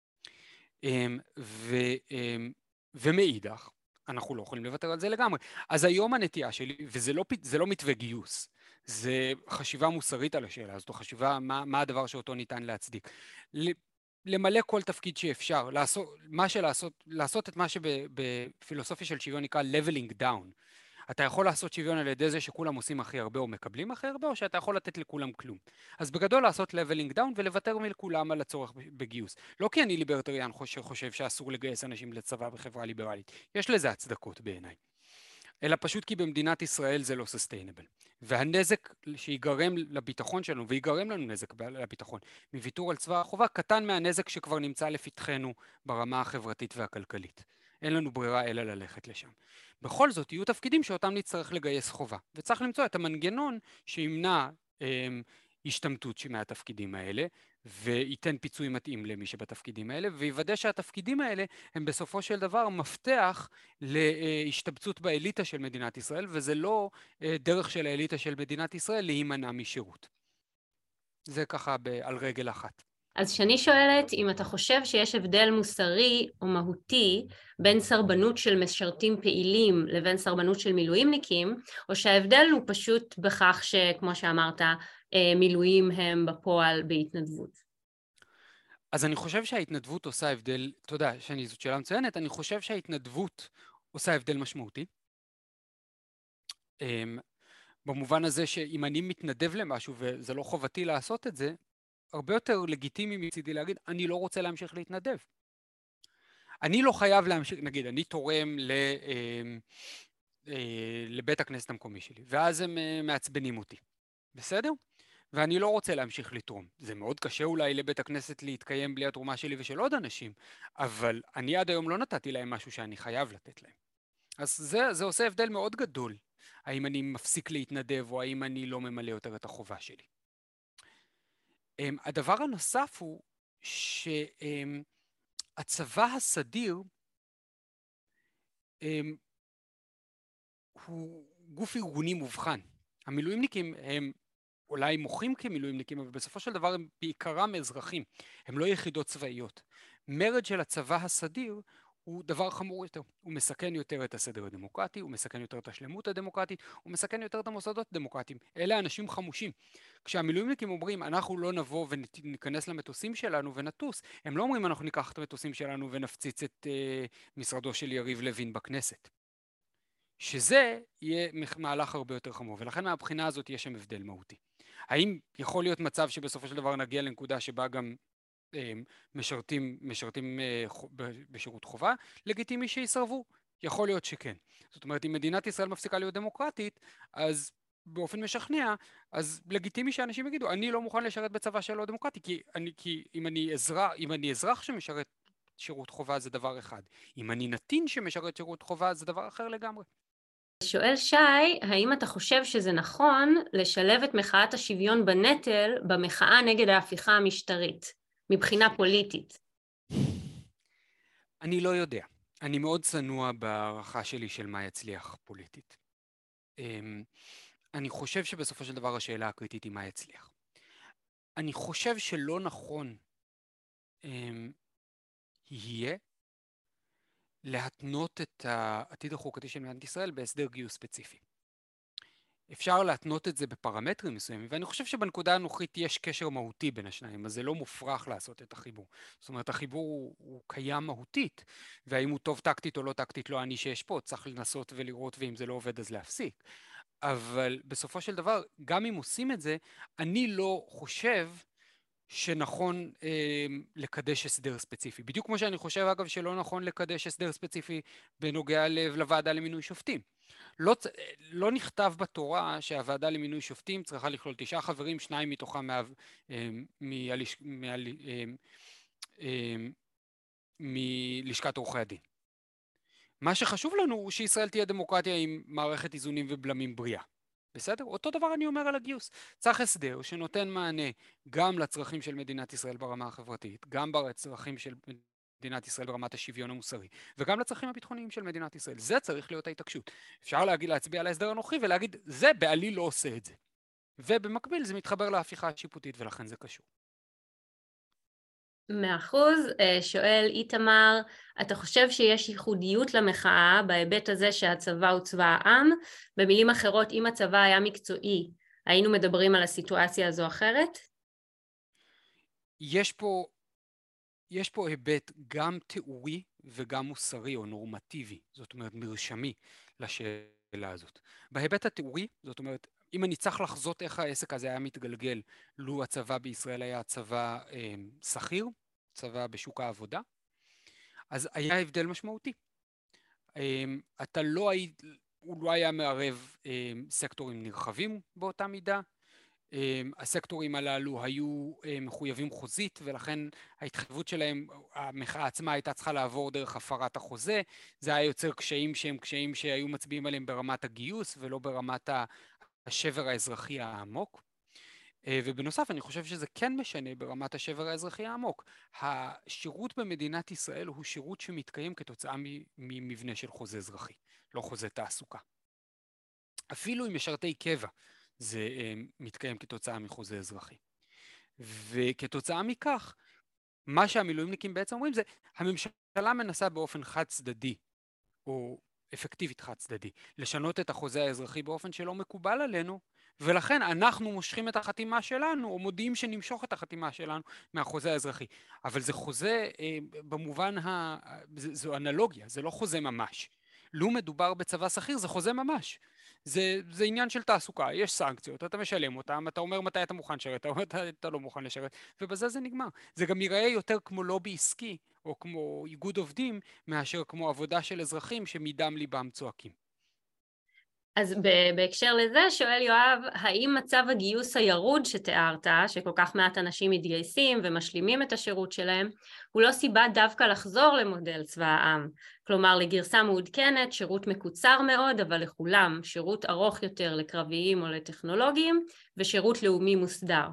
ומאידך, אנחנו לא יכולים לוותר על זה לגמרי. אז היום הנטייה שלי, וזה לא מתווה גיוס, זה חשיבה מוסרית על השאלה הזאת, או חשיבה מה הדבר שאותו ניתן להצדיק. למלא כל תפקיד שאפשר, לעשות את מה שבפילוסופיה של שוויון נקרא leveling down. אתה יכול לעשות שוויון על ידי זה שכולם עושים הכי הרבה או מקבלים הכי הרבה, או שאתה יכול לתת לכולם כלום. אז בגדול לעשות leveling down ולוותר מכולם על הצורך בגיוס. לא כי אני ליברטריאן חושב שאסור לגייס אנשים לצבא בחברה ליברלית. יש לזה הצדקות בעיניי. אלא פשוט כי במדינת ישראל זה לא sustainable. והנזק שיגרם לביטחון שלנו, ויגרם לנו נזק לביטחון, מוויתור על צבא החובה, קטן מהנזק שכבר נמצא לפתחנו ברמה החברתית והכלכלית. אין לנו ברירה אלא ללכת לשם. בכל זאת, יהיו תפקידים שאותם נצטרך לגייס חובה, וצריך למצוא את המנגנון שימנע השתמטות מהתפקידים האלה, וייתן פיצוי מתאים למי שבתפקידים האלה, ויוודא שהתפקידים האלה הם בסופו של דבר מפתח להשתבצות באליטה של מדינת ישראל, וזה לא דרך של האליטה של מדינת ישראל להימנע משירות. זה ככה על רגל אחת. אז שאני שואלת אם אתה חושב שיש הבדל מוסרי או מהותי בין סרבנות של משרתים פעילים לבין סרבנות של מילואימניקים, או שההבדל הוא פשוט בכך שכמו שאמרת, מילואים הם בפועל בהתנדבות. אז אני חושב שההתנדבות עושה הבדל, תודה, זאת שאלה מצוינת, אני חושב שההתנדבות עושה הבדל משמעותי. במובן הזה שאם אני מתנדב למשהו וזה לא חובתי לעשות את זה, הרבה יותר לגיטימי מצידי להגיד, אני לא רוצה להמשיך להתנדב. אני לא חייב להמשיך, נגיד, אני תורם לבית הכנסת המקומי שלי, ואז הם מעצבנים אותי. בסדר? ואני לא רוצה להמשיך לתרום. זה מאוד קשה אולי לבית הכנסת להתקיים בלי התרומה שלי ושל עוד אנשים, אבל אני עד היום לא נתתי להם משהו שאני חייב לתת להם. אז זה עושה הבדל מאוד גדול, האם אני מפסיק להתנדב או האם אני לא ממלא יותר את החובה שלי. הדבר הנוסף הוא שהצבא הסדיר הוא גוף ארגוני מובחן. המילואימניקים הם אולי מוחים כמילואימניקים, אבל בסופו של דבר הם בעיקרם אזרחים, הם לא יחידות צבאיות. מרד של הצבא הסדיר הוא דבר חמור יותר, הוא מסכן יותר את הסדר הדמוקרטי, הוא מסכן יותר את השלמות הדמוקרטית, הוא מסכן יותר את המוסדות הדמוקרטיים. אלה אנשים חמושים. כשהמילואימניקים אומרים אנחנו לא נבוא וניכנס למטוסים שלנו ונטוס, הם לא אומרים אנחנו ניקח את המטוסים שלנו ונפציץ את משרדו של יריב לוין בכנסת. שזה יהיה מהלך הרבה יותר חמור, ולכן מהבחינה הזאת יש שם הבדל מהותי. האם יכול להיות מצב שבסופו של דבר נגיע לנקודה שבה גם משרתים בשירות חובה? לגיטימי שיסרבו. יכול להיות שכן. זאת אומרת, אם מדינת ישראל מפסיקה להיות דמוקרטית, אז באופן משכנע, אז לגיטימי שאנשים יגידו, אני לא מוכן לשרת בצבא שלא דמוקרטי, כי אם אני אזרח שמשרת שירות חובה זה דבר אחד. אם אני נתין שמשרת שירות חובה זה דבר אחר לגמרי. שואל שי, האם אתה חושב שזה נכון לשלב את מחאת השוויון בנטל במחאה נגד ההפיכה המשטרית, מבחינה פוליטית? אני לא יודע. אני מאוד צנוע בהערכה שלי של מה יצליח פוליטית. אני חושב שבסופו של דבר השאלה הקריטית היא מה יצליח. אני חושב שלא נכון יהיה להתנות את העתיד החוקתי של מדינת ישראל בהסדר גיוס ספציפי. אפשר להתנות את זה בפרמטרים מסוימים, ואני חושב שבנקודה הנוכחית יש קשר מהותי בין השניים, אז זה לא מופרך לעשות את החיבור. זאת אומרת, החיבור הוא קיים מהותית, והאם הוא טוב טקטית או לא טקטית לא אני שיש פה, צריך לנסות ולראות, ואם זה לא עובד אז להפסיק. אבל בסופו של דבר, גם אם עושים את זה, אני לא חושב שנכון לקדש הסדר ספציפי. בדיוק כמו שאני חושב אגב שלא נכון לקדש הסדר ספציפי בנוגע לוועדה למינוי שופטים. לא נכתב בתורה שהוועדה למינוי שופטים צריכה לכלול 9 חברים, 2 מתוכם מלשכת עורכי הדין. מה שחשוב לנו הוא שישראל תהיה דמוקרטיה עם מערכת איזונים ובלמים בריאה. בסדר? אותו דבר אני אומר על הגיוס. צריך הסדר שנותן מענה גם לצרכים של מדינת ישראל ברמה החברתית, גם לצרכים של מדינת ישראל ברמת השוויון המוסרי, וגם לצרכים הביטחוניים של מדינת ישראל. זה צריך להיות ההתעקשות. אפשר להצביע על ההסדר הנוכחי ולהגיד, זה בעליל לא עושה את זה. ובמקביל זה מתחבר להפיכה השיפוטית ולכן זה קשור. 100%. שואל איתמר, אתה חושב שיש ייחודיות למחאה בהיבט הזה שהצבא הוא צבא העם? במילים אחרות, אם הצבא היה מקצועי, היינו מדברים על הסיטואציה הזו אחרת? יש פה היבט גם תיאורי וגם מוסרי או נורמטיבי, זאת אומרת מרשמי לשאלה הזאת. בהיבט התיאורי, זאת אומרת, אם אני צריך לחזות איך העסק הזה היה מתגלגל, לו הצבא בישראל היה צבא שכיר, צבא בשוק העבודה, אז היה הבדל משמעותי. הוא לא היה מערב סקטורים נרחבים באותה מידה, הסקטורים הללו היו מחויבים חוזית ולכן ההתחייבות שלהם, המחאה עצמה הייתה צריכה לעבור דרך הפרת החוזה, זה היה יוצר קשיים שהם קשיים שהיו מצביעים עליהם ברמת הגיוס ולא ברמת השבר האזרחי העמוק. ובנוסף אני חושב שזה כן משנה ברמת השבר האזרחי העמוק. השירות במדינת ישראל הוא שירות שמתקיים כתוצאה ממבנה של חוזה אזרחי, לא חוזה תעסוקה. אפילו עם משרתי קבע זה מתקיים כתוצאה מחוזה אזרחי. וכתוצאה מכך, מה שהמילואימניקים בעצם אומרים זה, הממשלה מנסה באופן חד צדדי, או אפקטיבית חד צדדי, לשנות את החוזה האזרחי באופן שלא מקובל עלינו, ולכן אנחנו מושכים את החתימה שלנו, או מודיעים שנמשוך את החתימה שלנו מהחוזה האזרחי. אבל זה חוזה, במובן, זו אנלוגיה, זה לא חוזה ממש. לו מדובר בצבא שכיר, זה חוזה ממש. זה עניין של תעסוקה, יש סנקציות, אתה משלם אותם, אתה אומר מתי אתה מוכן לשרת, אתה אומר אתה לא מוכן לשרת, ובזה זה נגמר. זה גם ייראה יותר כמו לובי עסקי, או כמו איגוד עובדים, מאשר כמו עבודה של אזרחים שמדם ליבם צועקים. אז בהקשר לזה שואל יואב, האם מצב הגיוס הירוד שתיארת, שכל כך מעט אנשים מתגייסים ומשלימים את השירות שלהם, הוא לא סיבה דווקא לחזור למודל צבא העם? כלומר, לגרסה מעודכנת, שירות מקוצר מאוד, אבל לכולם, שירות ארוך יותר לקרביים או לטכנולוגיים, ושירות לאומי מוסדר.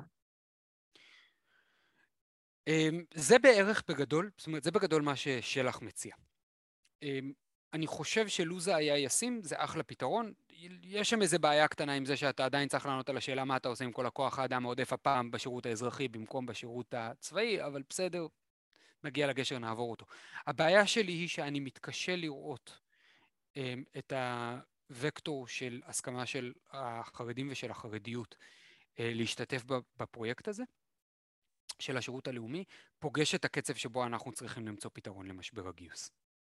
זה בערך בגדול, זאת אומרת, זה בגדול מה ששלח מציע. אני חושב שלו זה היה ישים, זה אחלה פתרון. יש שם איזה בעיה קטנה עם זה שאתה עדיין צריך לענות על השאלה מה אתה עושה עם כל הכוח האדם העודף הפעם בשירות האזרחי במקום בשירות הצבאי, אבל בסדר, נגיע לגשר, נעבור אותו. הבעיה שלי היא שאני מתקשה לראות את הוקטור של הסכמה של החרדים ושל החרדיות להשתתף בפרויקט הזה של השירות הלאומי, פוגש את הקצב שבו אנחנו צריכים למצוא פתרון למשבר הגיוס.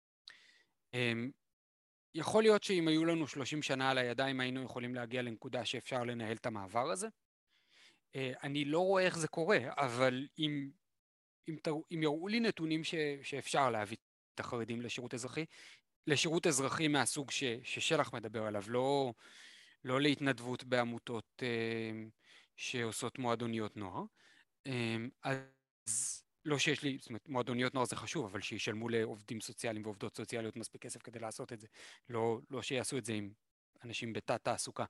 יכול להיות שאם היו לנו 30 שנה על הידיים היינו יכולים להגיע לנקודה שאפשר לנהל את המעבר הזה. אני לא רואה איך זה קורה, אבל אם יראו לי נתונים שאפשר להביא את החרדים לשירות אזרחי מהסוג ששלח מדבר עליו, לא להתנדבות בעמותות שעושות מועדוניות נוער, אז לא שיש לי, זאת אומרת, מועדוניות נוער זה חשוב, אבל שישלמו לעובדים סוציאליים ועובדות סוציאליות מספיק כסף כדי לעשות את זה, לא שיעשו את זה עם אנשים בתת תעסוקה.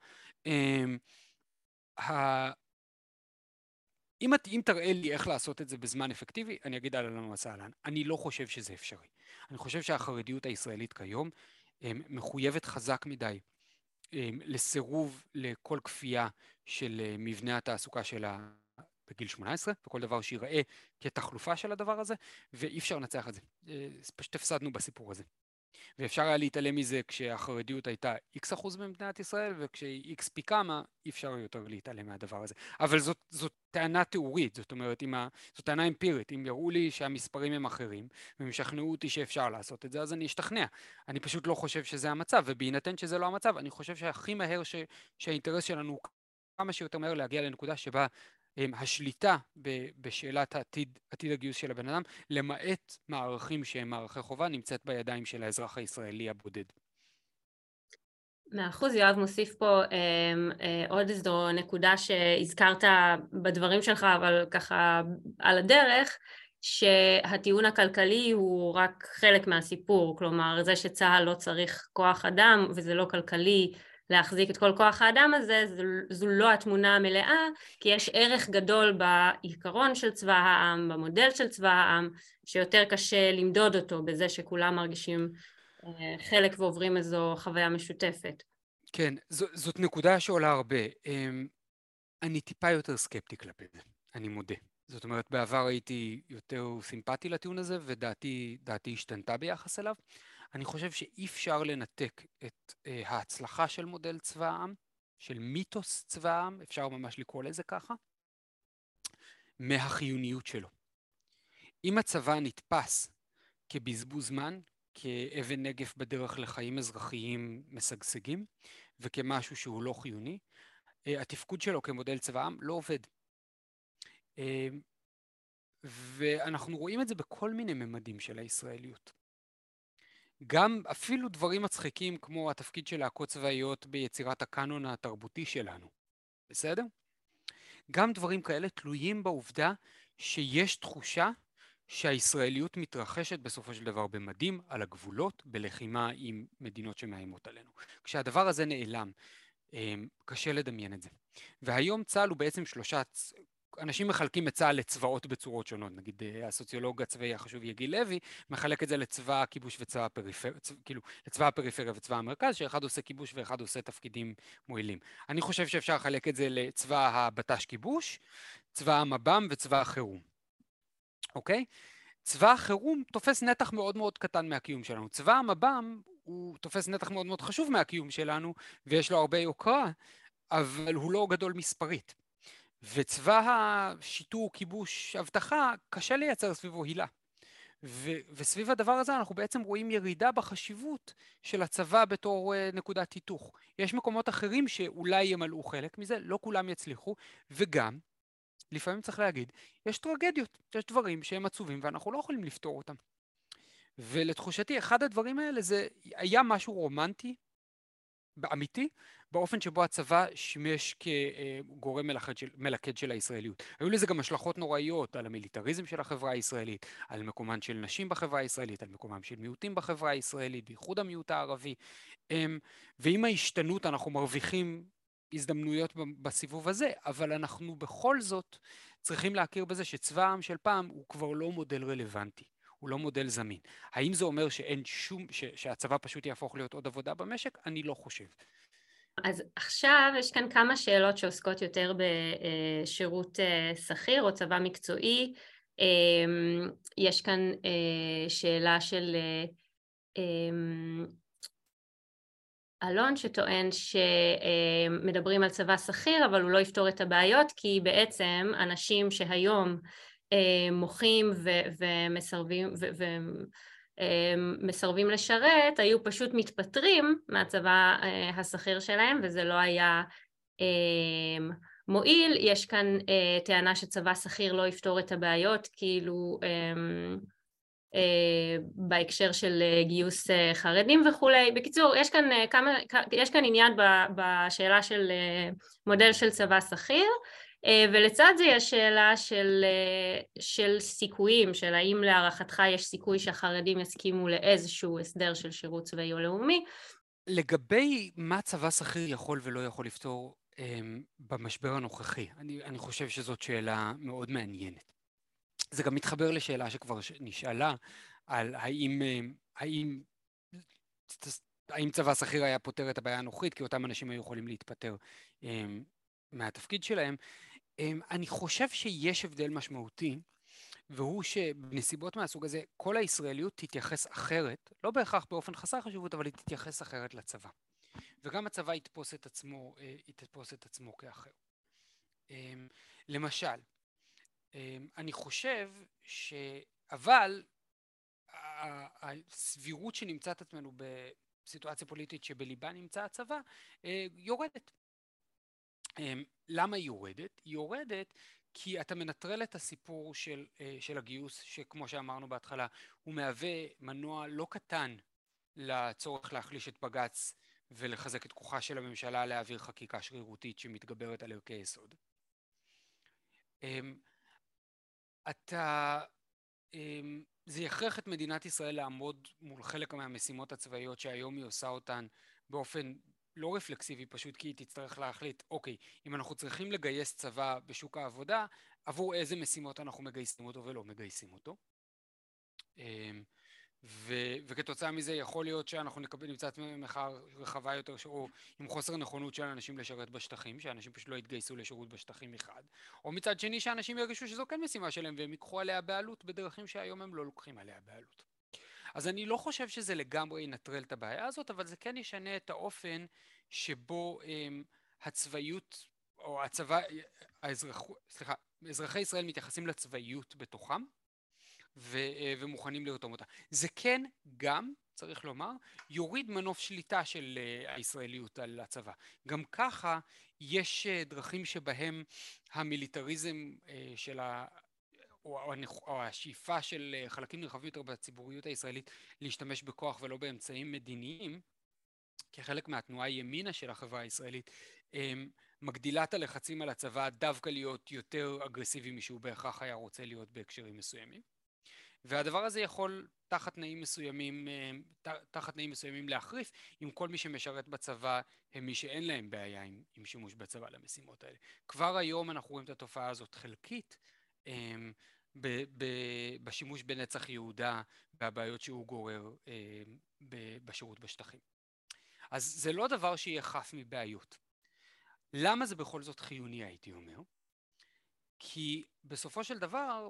אם תראה לי איך לעשות את זה בזמן אפקטיבי, אני אגיד אהלן וסהלן. אני לא חושב שזה אפשרי. אני חושב שהחרדיות הישראלית כיום מחויבת חזק מדי לסירוב לכל כפייה של מבנה התעסוקה שלה בגיל 18, וכל דבר שיראה כתחלופה של הדבר הזה, ואי אפשר לנצח את זה. פשוט הפסדנו בסיפור הזה. ואפשר היה להתעלם מזה כשהחרדיות הייתה X% במדינת ישראל, וכש-X פי כמה, אי אפשר יותר להתעלם מהדבר הזה. אבל זאת טענה תיאורית, זאת אומרת, זאת טענה אמפירית. אם יראו לי שהמספרים הם אחרים, והם ישכנעו אותי שאפשר לעשות את זה, אז אני אשתכנע. אני פשוט לא חושב שזה המצב, ובהינתן שזה לא המצב, אני חושב שהכי מהר שהאינטרס שלנו הוא כמה שיותר מהר להגיע לנקודה שבה השליטה בשאלת עתיד הגיוס של הבן אדם, למעט מערכים שהם מערכי חובה, נמצאת בידיים של האזרח הישראלי הבודד. 100%, יואב מוסיף פה עוד איזו נקודה שהזכרת בדברים שלך, אבל ככה על הדרך, שהטיעון הכלכלי הוא רק חלק מהסיפור, כלומר זה שצה"ל לא צריך כוח אדם וזה לא כלכלי להחזיק את כל כוח האדם הזה, זו לא התמונה המלאה, כי יש ערך גדול בעיקרון של צבא העם, במודל של צבא העם, שיותר קשה למדוד אותו בזה שכולם מרגישים חלק ועוברים איזו חוויה משותפת. כן, זאת נקודה שעולה הרבה. אני טיפה יותר סקפטי כלפי זה, אני מודה. זאת אומרת, בעבר הייתי יותר סימפטי לטיעון הזה, ודעתי השתנתה ביחס אליו. אני חושב שאי אפשר לנתק את ההצלחה של מודל צבא העם, של מיתוס צבא העם, אפשר ממש לקרוא לזה ככה, מהחיוניות שלו. אם הצבא נתפס כבזבוז זמן, כאבן נגף בדרך לחיים אזרחיים משגשגים, וכמשהו שהוא לא חיוני, התפקוד שלו כמודל צבא העם לא עובד. ואנחנו רואים את זה בכל מיני ממדים של הישראליות. גם אפילו דברים מצחיקים כמו התפקיד של להקות צבאיות ביצירת הקאנון התרבותי שלנו. בסדר? גם דברים כאלה תלויים בעובדה שיש תחושה שהישראליות מתרחשת בסופו של דבר במדים, על הגבולות, בלחימה עם מדינות שמאיימות עלינו. כשהדבר הזה נעלם, קשה לדמיין את זה. והיום צה"ל הוא בעצם אנשים מחלקים את צה"ל לצבאות בצורות שונות, נגיד הסוציולוג הצבאי החשוב יגיל לוי, מחלק את זה לצבא הכיבוש וצבא הפריפריה, כאילו לצבא הפריפריה וצבא המרכז, שאחד עושה כיבוש ואחד עושה תפקידים מועילים. אני חושב שאפשר לחלק את זה לצבא הבט"ש כיבוש, צבא המב"ם וצבא החירום. אוקיי? צבא החירום תופס נתח מאוד מאוד קטן מהקיום שלנו. צבא המב"ם הוא תופס נתח מאוד מאוד חשוב מהקיום שלנו, ויש לו הרבה יוקרה, אבל הוא לא גדול מספרית. וצבא השיטור, כיבוש, הבטחה, קשה לייצר סביבו הילה. וסביב הדבר הזה אנחנו בעצם רואים ירידה בחשיבות של הצבא בתור נקודת היתוך. יש מקומות אחרים שאולי ימלאו חלק מזה, לא כולם יצליחו, וגם, לפעמים צריך להגיד, יש טרגדיות, יש דברים שהם עצובים ואנחנו לא יכולים לפתור אותם. ולתחושתי, אחד הדברים האלה זה היה משהו רומנטי אמיתי באופן שבו הצבא שימש כגורם מלכד של הישראליות. היו לזה גם השלכות נוראיות על המיליטריזם של החברה הישראלית, על מקומן של נשים בחברה הישראלית, על מקומם של מיעוטים בחברה הישראלית, בייחוד המיעוט הערבי. ועם ההשתנות אנחנו מרוויחים הזדמנויות בסיבוב הזה, אבל אנחנו בכל זאת צריכים להכיר בזה שצבא העם של פעם הוא כבר לא מודל רלוונטי. הוא לא מודל זמין. האם זה אומר שהצבא פשוט יהפוך להיות עוד עבודה במשק? אני לא חושב. אז עכשיו יש כאן כמה שאלות שעוסקות יותר בשירות שכיר או צבא מקצועי. יש כאן שאלה של אלון שטוען שמדברים על צבא שכיר אבל הוא לא יפתור את הבעיות, כי בעצם אנשים שהיום מוחים ומסרבים לשרת היו פשוט מתפטרים מהצבא השכיר שלהם, וזה לא היה מועיל. יש כאן טענה שצבא שכיר לא יפתור את הבעיות, כאילו בהקשר של גיוס חרדים וכולי. בקיצור, יש כאן עניין בשאלה של מודל של צבא שכיר, ולצד זה יש שאלה של סיכויים, של האם להערכתך יש סיכוי שהחרדים יסכימו לאיזשהו הסדר של שירות צבאי או לאומי. לגבי מה צבא שכיר יכול ולא יכול לפתור במשבר הנוכחי, אני חושב שזאת שאלה מאוד מעניינת. זה גם מתחבר לשאלה שכבר נשאלה, על האם צבא שכיר היה פותר את הבעיה הנוכחית, כי אותם אנשים היו יכולים להתפטר מהתפקיד שלהם. אני חושב שיש הבדל משמעותי, והוא שבנסיבות מהסוג הזה כל הישראליות תתייחס אחרת, לא בהכרח באופן חסר חשיבות, אבל היא תתייחס אחרת לצבא. וגם הצבא יתפוס את עצמו כאחר. למשל, אני חושב אבל הסבירות שנמצאת עצמנו בסיטואציה פוליטית שבליבה נמצא הצבא יורדת. למה היא יורדת? היא יורדת כי אתה מנטרל את הסיפור של הגיוס, שכמו שאמרנו בהתחלה, הוא מהווה מנוע לא קטן לצורך להחליש את בג"ץ ולחזק את כוחה של הממשלה להעביר חקיקה שרירותית שמתגברת על ערכי יסוד. זה יכרח את מדינת ישראל לעמוד מול חלק מהמשימות הצבאיות שהיום היא עושה אותן באופן לא רפלקסיבי, פשוט כי היא תצטרך להחליט, אוקיי, אם אנחנו צריכים לגייס צבא בשוק העבודה, עבור איזה משימות אנחנו מגייסים אותו ולא מגייסים אותו. וכתוצאה מזה יכול להיות שאנחנו נמצא מחאה רחבה יותר או עם חוסר נכונות של אנשים לשרת בשטחים, שאנשים פשוט לא יתגייסו לשירות בשטחים אחד, או מצד שני שאנשים ירגישו שזו כן משימה שלהם והם ייקחו עליה בעלות בדרכים שהיום הם לא לוקחים עליה בעלות. אז אני לא חושב שזה לגמרי ינטרל את הבעיה הזאת, אבל זה כן ישנה את האופן שבו הצבאיות או אזרחי ישראל מתייחסים לצבאיות בתוכם ומוכנים לרתום אותה. זה כן גם, צריך לומר, יוריד מנוף שליטה של הישראליות על הצבא. גם ככה יש דרכים שבהם המיליטריזם של או השאיפה של חלקים נרחבים יותר בציבוריות הישראלית להשתמש בכוח ולא באמצעים מדיניים, כחלק מהתנועה ימינה של החברה הישראלית, מגדילה את הלחצים על הצבא דווקא להיות יותר אגרסיבי משהו בהכרח היה רוצה להיות בהקשרים מסוימים. והדבר הזה יכול תחת תנאים מסוימים להחריף, אם כל מי שמשרת בצבא הם מי שאין להם בעיה עם שימוש בצבא למשימות האלה. כבר היום אנחנו רואים את התופעה הזאת חלקית, בשימוש בנצח יהודה והבעיות שהוא גורר בשירות בשטחים. אז זה לא דבר שיהיה חף מבעיות. למה זה בכל זאת חיוני, הייתי אומר? כי בסופו של דבר,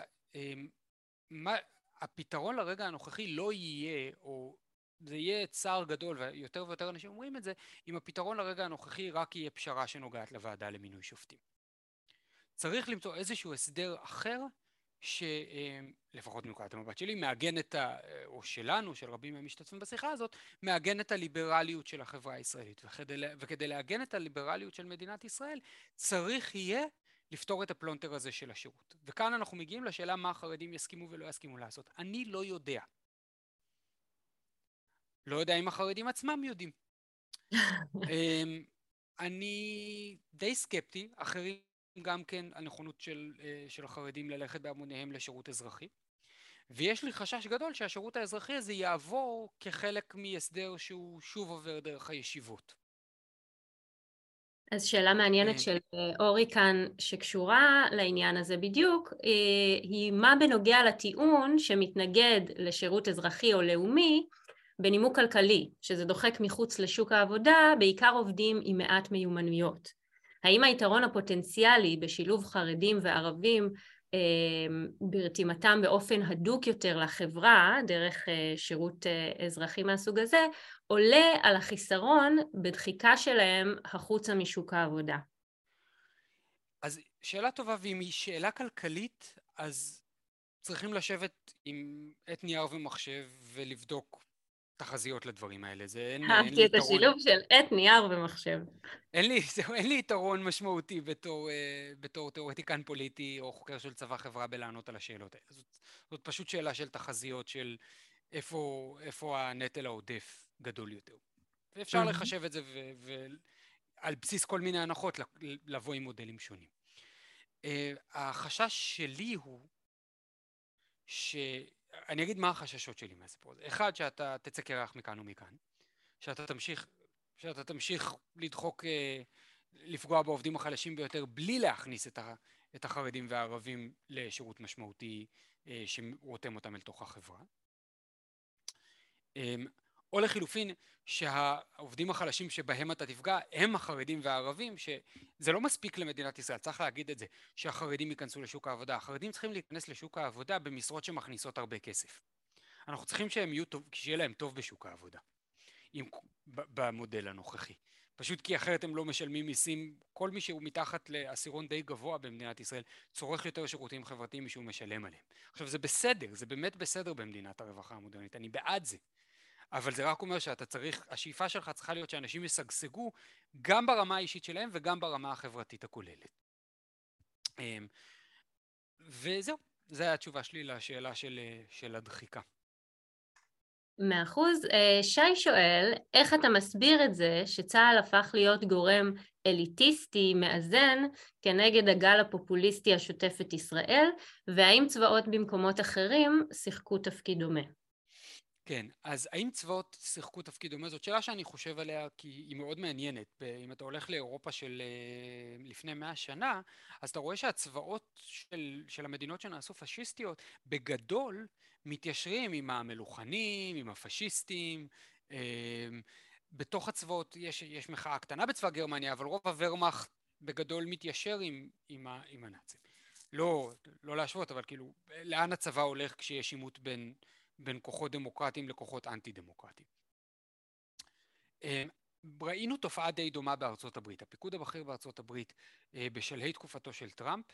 הפתרון לרגע הנוכחי לא יהיה, או זה יהיה צער גדול, ויותר ויותר אנשים אומרים את זה, אם הפתרון לרגע הנוכחי רק יהיה פשרה שנוגעת לוועדה למינוי שופטים. צריך למצוא איזשהו הסדר אחר, שלפחות מנקודת המבט שלי, מעגן או שלנו, של רבים מהמשתתפים בשיחה הזאת, מעגן את הליברליות של החברה הישראלית. וכדי לעגן את הליברליות של מדינת ישראל, צריך יהיה לפתור את הפלונטר הזה של השירות. וכאן אנחנו מגיעים לשאלה מה החרדים יסכימו ולא יסכימו לעשות. אני לא יודע. לא יודע אם החרדים עצמם יודעים. אני די סקפטי, אחרים גם כן הנכונות של החרדים ללכת בהמוניהם לשירות אזרחי, ויש לי חשש גדול שהשירות האזרחי הזה יעבור כחלק מהסדר שהוא שוב עובר דרך הישיבות. אז שאלה מעניינת של אורי כאן שקשורה לעניין הזה בדיוק, היא מה בנוגע לטיעון שמתנגד לשירות אזרחי או לאומי בנימוק כלכלי, שזה דוחק מחוץ לשוק העבודה, בעיקר עובדים עם מעט מיומנויות. האם היתרון הפוטנציאלי בשילוב חרדים וערבים ברתימתם באופן הדוק יותר לחברה, דרך שירות אזרחי מהסוג הזה, עולה על החיסרון בדחיקה שלהם החוצה משוק העבודה? אז שאלה טובה, ואם היא שאלה כלכלית, אז צריכים לשבת עם עת נייר ומחשב ולבדוק תחזיות לדברים האלה. זה אין לי אהבתי את יתרון. השילוב של עת נייר ומחשב. אין לי יתרון משמעותי בתור תיאורטיקן פוליטי או חוקר של צבא חברה בלענות על השאלות האלה. זאת פשוט שאלה של תחזיות של איפה הנטל העודף גדול יותר. ואפשר לחשב את זה ועל בסיס כל מיני הנחות לבוא עם מודלים שונים. החשש שלי הוא אני אגיד מה החששות שלי מהסיפור הזה. אחד, שאתה תצא קרח מכאן ומכאן, שאתה תמשיך לדחוק, לפגוע בעובדים החלשים ביותר בלי להכניס את החרדים והערבים לשירות משמעותי שרותם אותם אל תוך החברה. או לחילופין שהעובדים החלשים שבהם אתה תפגע הם החרדים והערבים, שזה לא מספיק למדינת ישראל, צריך להגיד את זה, שהחרדים ייכנסו לשוק העבודה. החרדים צריכים להיכנס לשוק העבודה במשרות שמכניסות הרבה כסף. אנחנו צריכים שיהיה להם טוב בשוק העבודה, במודל הנוכחי. פשוט כי אחרת הם לא משלמים מיסים. כל מי שהוא מתחת לעשירון די גבוה במדינת ישראל צורך יותר שירותים חברתיים משהוא משלם עליהם. עכשיו זה בסדר, זה באמת בסדר במדינת הרווחה המודרנית, אני בעד זה. אבל זה רק אומר השאיפה שלך צריכה להיות שאנשים ישגשגו גם ברמה האישית שלהם וגם ברמה החברתית הכוללת. וזהו, זו התשובה שלי לשאלה של הדחיקה. 100%. שי שואל, איך אתה מסביר את זה שצה"ל הפך להיות גורם אליטיסטי, מאזן, כנגד הגל הפופוליסטי השוטף את ישראל, והאם צבאות במקומות אחרים שיחקו תפקיד דומה? כן, אז האם צבאות שיחקו תפקיד דומה? זאת שאלה שאני חושב עליה כי היא מאוד מעניינת. אם אתה הולך לאירופה של לפני 100 שנה, אז אתה רואה שהצבאות של המדינות שנעשו פשיסטיות, בגדול מתיישרים עם המלוכנים, עם הפשיסטים. בתוך הצבאות יש מחאה קטנה בצבא גרמניה, אבל רוב הוורמאכט בגדול מתיישר עם הנאצים. לא להשוות, אבל כאילו, לאן הצבא הולך כשיש עימות בין כוחות דמוקרטיים לכוחות אנטי דמוקרטיים. ראינו תופעה די דומה בארצות הברית. הפיקוד הבכיר בארצות הברית בשלהי תקופתו של טראמפ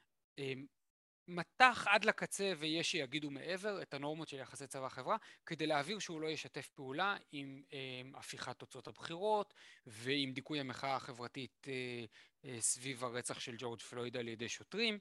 מתח עד לקצה ויש שיגידו מעבר את הנורמות של יחסי צבא חברה כדי להעביר שהוא לא ישתף פעולה עם הפיכת תוצאות הבחירות ועם דיכוי המחאה החברתית סביב הרצח של ג'ורג' פלויד על ידי שוטרים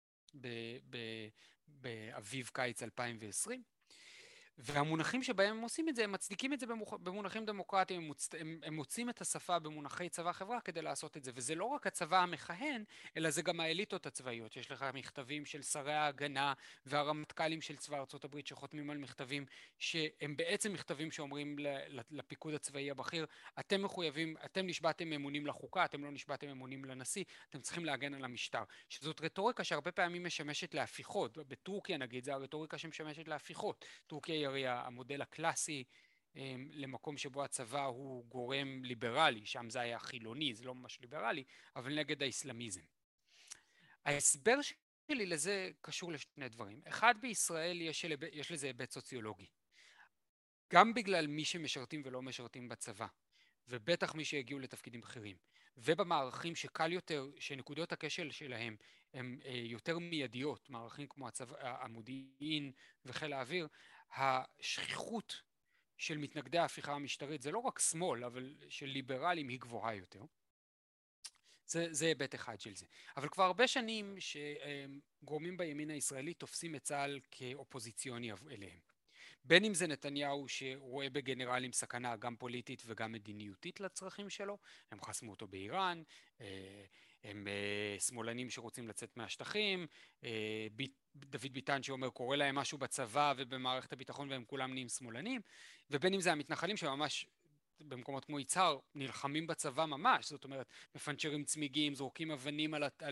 באביב קיץ 2020. והמונחים שבהם הם עושים את זה, הם מצדיקים את זה במונחים דמוקרטיים, הם מוצאים את השפה במונחי צבא חברה כדי לעשות את זה, וזה לא רק הצבא המכהן, אלא זה גם האליטות הצבאיות. יש לך מכתבים של שרי ההגנה והרמטכ"לים של צבא ארצות הברית שחותמים על מכתבים שהם בעצם מכתבים שאומרים לפיקוד הצבאי הבכיר, אתם מחויבים, אתם נשבעתם אמונים לחוקה, אתם לא נשבעתם אמונים לנשיא, אתם צריכים להגן על המשטר. שזאת רטוריקה שהרבה פעמים משמשת להפיכות. בטורקיה נגיד, זה הרטוריקה שמשמשת להפיכות. טורקיה היא הרי המודל הקלאסי למקום שבו הצבא הוא גורם ליברלי, שם זה היה חילוני, זה לא ממש ליברלי, אבל נגד האסלאמיזם. ההסבר שלי לזה קשור לשני דברים. אחד, בישראל יש לזה היבט סוציולוגי. גם בגלל מי שמשרתים ולא משרתים בצבא, ובטח מי שהגיעו לתפקידים בכירים, ובמערכים שקל יותר, שנקודות הכשל שלהם הם יותר מיידיות, מערכים כמו המודיעין וחיל האוויר, השכיחות של מתנגדי ההפיכה המשטרית, זה לא רק שמאל, אבל של ליברלים היא גבוהה יותר. זה היבט אחד של זה. אבל כבר הרבה שנים שגורמים בימין הישראלי תופסים את צה"ל כאופוזיציוני אליהם. בין אם זה נתניהו שרואה בגנרלים סכנה גם פוליטית וגם מדיניותית לצרכים שלו, הם חסמו אותו באיראן, הם שמאלנים שרוצים לצאת מהשטחים, דוד ביטן שאומר קורא להם משהו בצבא ובמערכת הביטחון והם כולם נהיים שמאלנים, ובין אם זה המתנחלים שממש במקומות כמו יצהר נלחמים בצבא ממש, זאת אומרת מפנצ'רים צמיגים, זורקים אבנים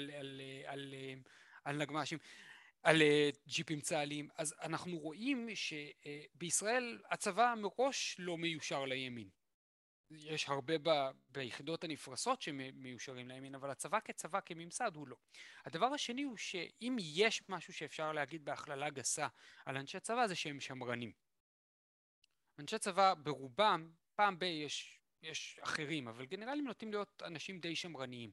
על נגמ"שים, על ג'יפים צה"ליים. אז אנחנו רואים שבישראל הצבא מראש לא מיושר לימין. יש הרבה ביחידות הנפרסות שמיושרים לימין, אבל הצבא כצבא כממסד הוא לא. הדבר השני הוא שאם יש משהו שאפשר להגיד בהכללה גסה על אנשי צבא זה שהם שמרנים. אנשי צבא ברובם, פעם יש אחרים, אבל גנרלים נוטים להיות אנשים די שמרניים.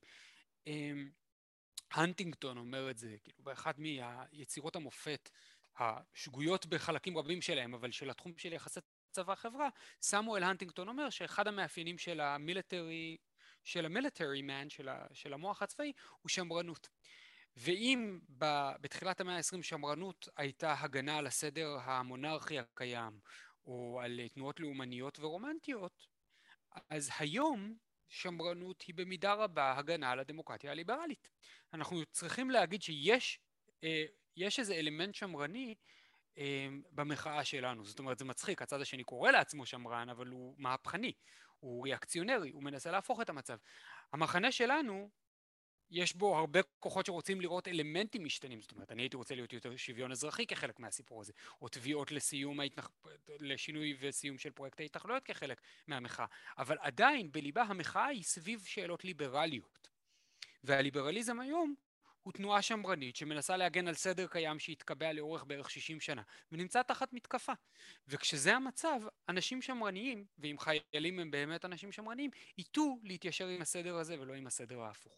הנטינגטון אומר את זה, כאילו באחד מהיצירות המופת, השגויות בחלקים רבים שלהם, אבל של התחום של יחסי צבא חברה, סמואל הנטינגטון אומר שאחד המאפיינים של המיליטרי מן, של המוח הצבאי, הוא שמרנות. ואם בתחילת המאה ה-20 שמרנות הייתה הגנה על הסדר המונרכי הקיים, או על תנועות לאומניות ורומנטיות, אז היום שמרנות היא במידה רבה הגנה על הדמוקרטיה הליברלית. אנחנו צריכים להגיד שיש איזה אלמנט שמרני במחאה שלנו. זאת אומרת, זה מצחיק, הצד השני קורא לעצמו שמרן, אבל הוא מהפכני, הוא ריאקציונרי, הוא מנסה להפוך את המצב. המחנה שלנו, יש בו הרבה כוחות שרוצים לראות אלמנטים משתנים, זאת אומרת, אני הייתי רוצה להיות יותר שוויון אזרחי כחלק מהסיפור הזה, או תביעות לשינוי וסיום של פרויקטי התנחלויות כחלק מהמחאה, אבל עדיין בליבה המחאה היא סביב שאלות ליברליות, והליברליזם היום הוא תנועה שמרנית שמנסה להגן על סדר קיים שהתקבע לאורך בערך 60 שנה, ונמצא תחת מתקפה, וכשזה המצב, אנשים שמרניים, ואם חיילים הם באמת אנשים שמרניים, ייטו להתיישר עם הסדר הזה ולא עם הסדר ההפוך.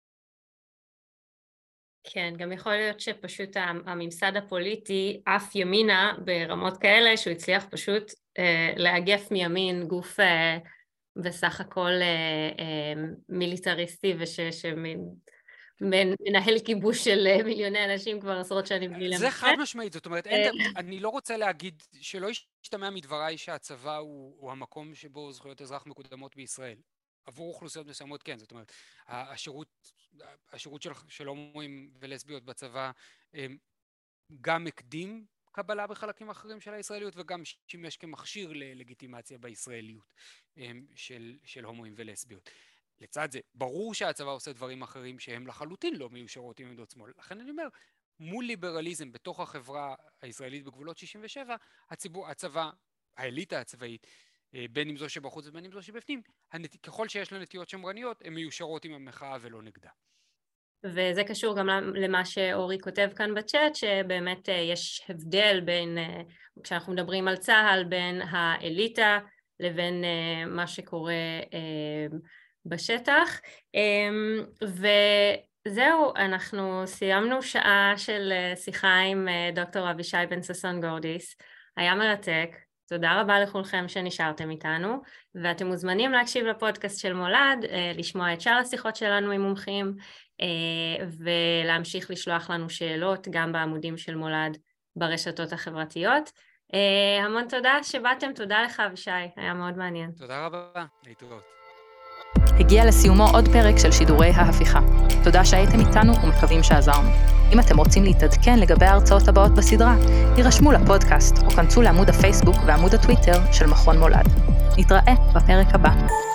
כן, גם יכול להיות שפשוט הממסד הפוליטי אף ימינה ברמות כאלה שהוא הצליח פשוט לאגף מימין גוף בסך הכל מיליטריסטי שמנהל כיבוש של מיליוני אנשים כבר עשרות שנים בלי למחק. זה חד משמעית, זאת אומרת, אני לא רוצה להגיד שלא ישתמע מדבריי שהצבא הוא המקום שבו זכויות אזרח מקודמות בישראל. עבור אוכלוסיות מסוימות כן, זאת אומרת, השירות של הומואים ולסביות בצבא גם מקדים קבלה בחלקים אחרים של הישראליות וגם שימש כמכשיר ללגיטימציה בישראליות של הומואים ולסביות. לצד זה, ברור שהצבא עושה דברים אחרים שהם לחלוטין לא מיושרות עם עמדות שמאל. לכן אני אומר, מול ליברליזם בתוך החברה הישראלית בגבולות 67, הצבא, האליטה הצבאית, בין אם זו שבחוץ ובין אם זו שבפנים, ככל שיש לה נטיות שמרניות, הן מיושרות עם המחאה ולא נגדה. וזה קשור גם למה שאורי כותב כאן בצ'אט, שבאמת יש הבדל בין, כשאנחנו מדברים על צה"ל, בין האליטה לבין מה שקורה בשטח. וזהו, אנחנו סיימנו שעה של שיחה עם דוקטור אבישי בן ששון גורדיס, היה מרתק. תודה רבה לכולכם שנשארתם איתנו, ואתם מוזמנים להקשיב לפודקאסט של מולד, לשמוע את שאר השיחות שלנו עם מומחים, ולהמשיך לשלוח לנו שאלות גם בעמודים של מולד ברשתות החברתיות. המון תודה שבאתם, תודה לך אבישי, היה מאוד מעניין. תודה רבה, להתראות. הגיע לסיומו עוד פרק של שידורי ההפיכה. תודה שהייתם איתנו ומקווים שעזרנו. אם אתם רוצים להתעדכן לגבי ההרצאות הבאות בסדרה, הירשמו לפודקאסט או כנסו לעמוד הפייסבוק ועמוד הטוויטר של מכון מולד. נתראה בפרק הבא.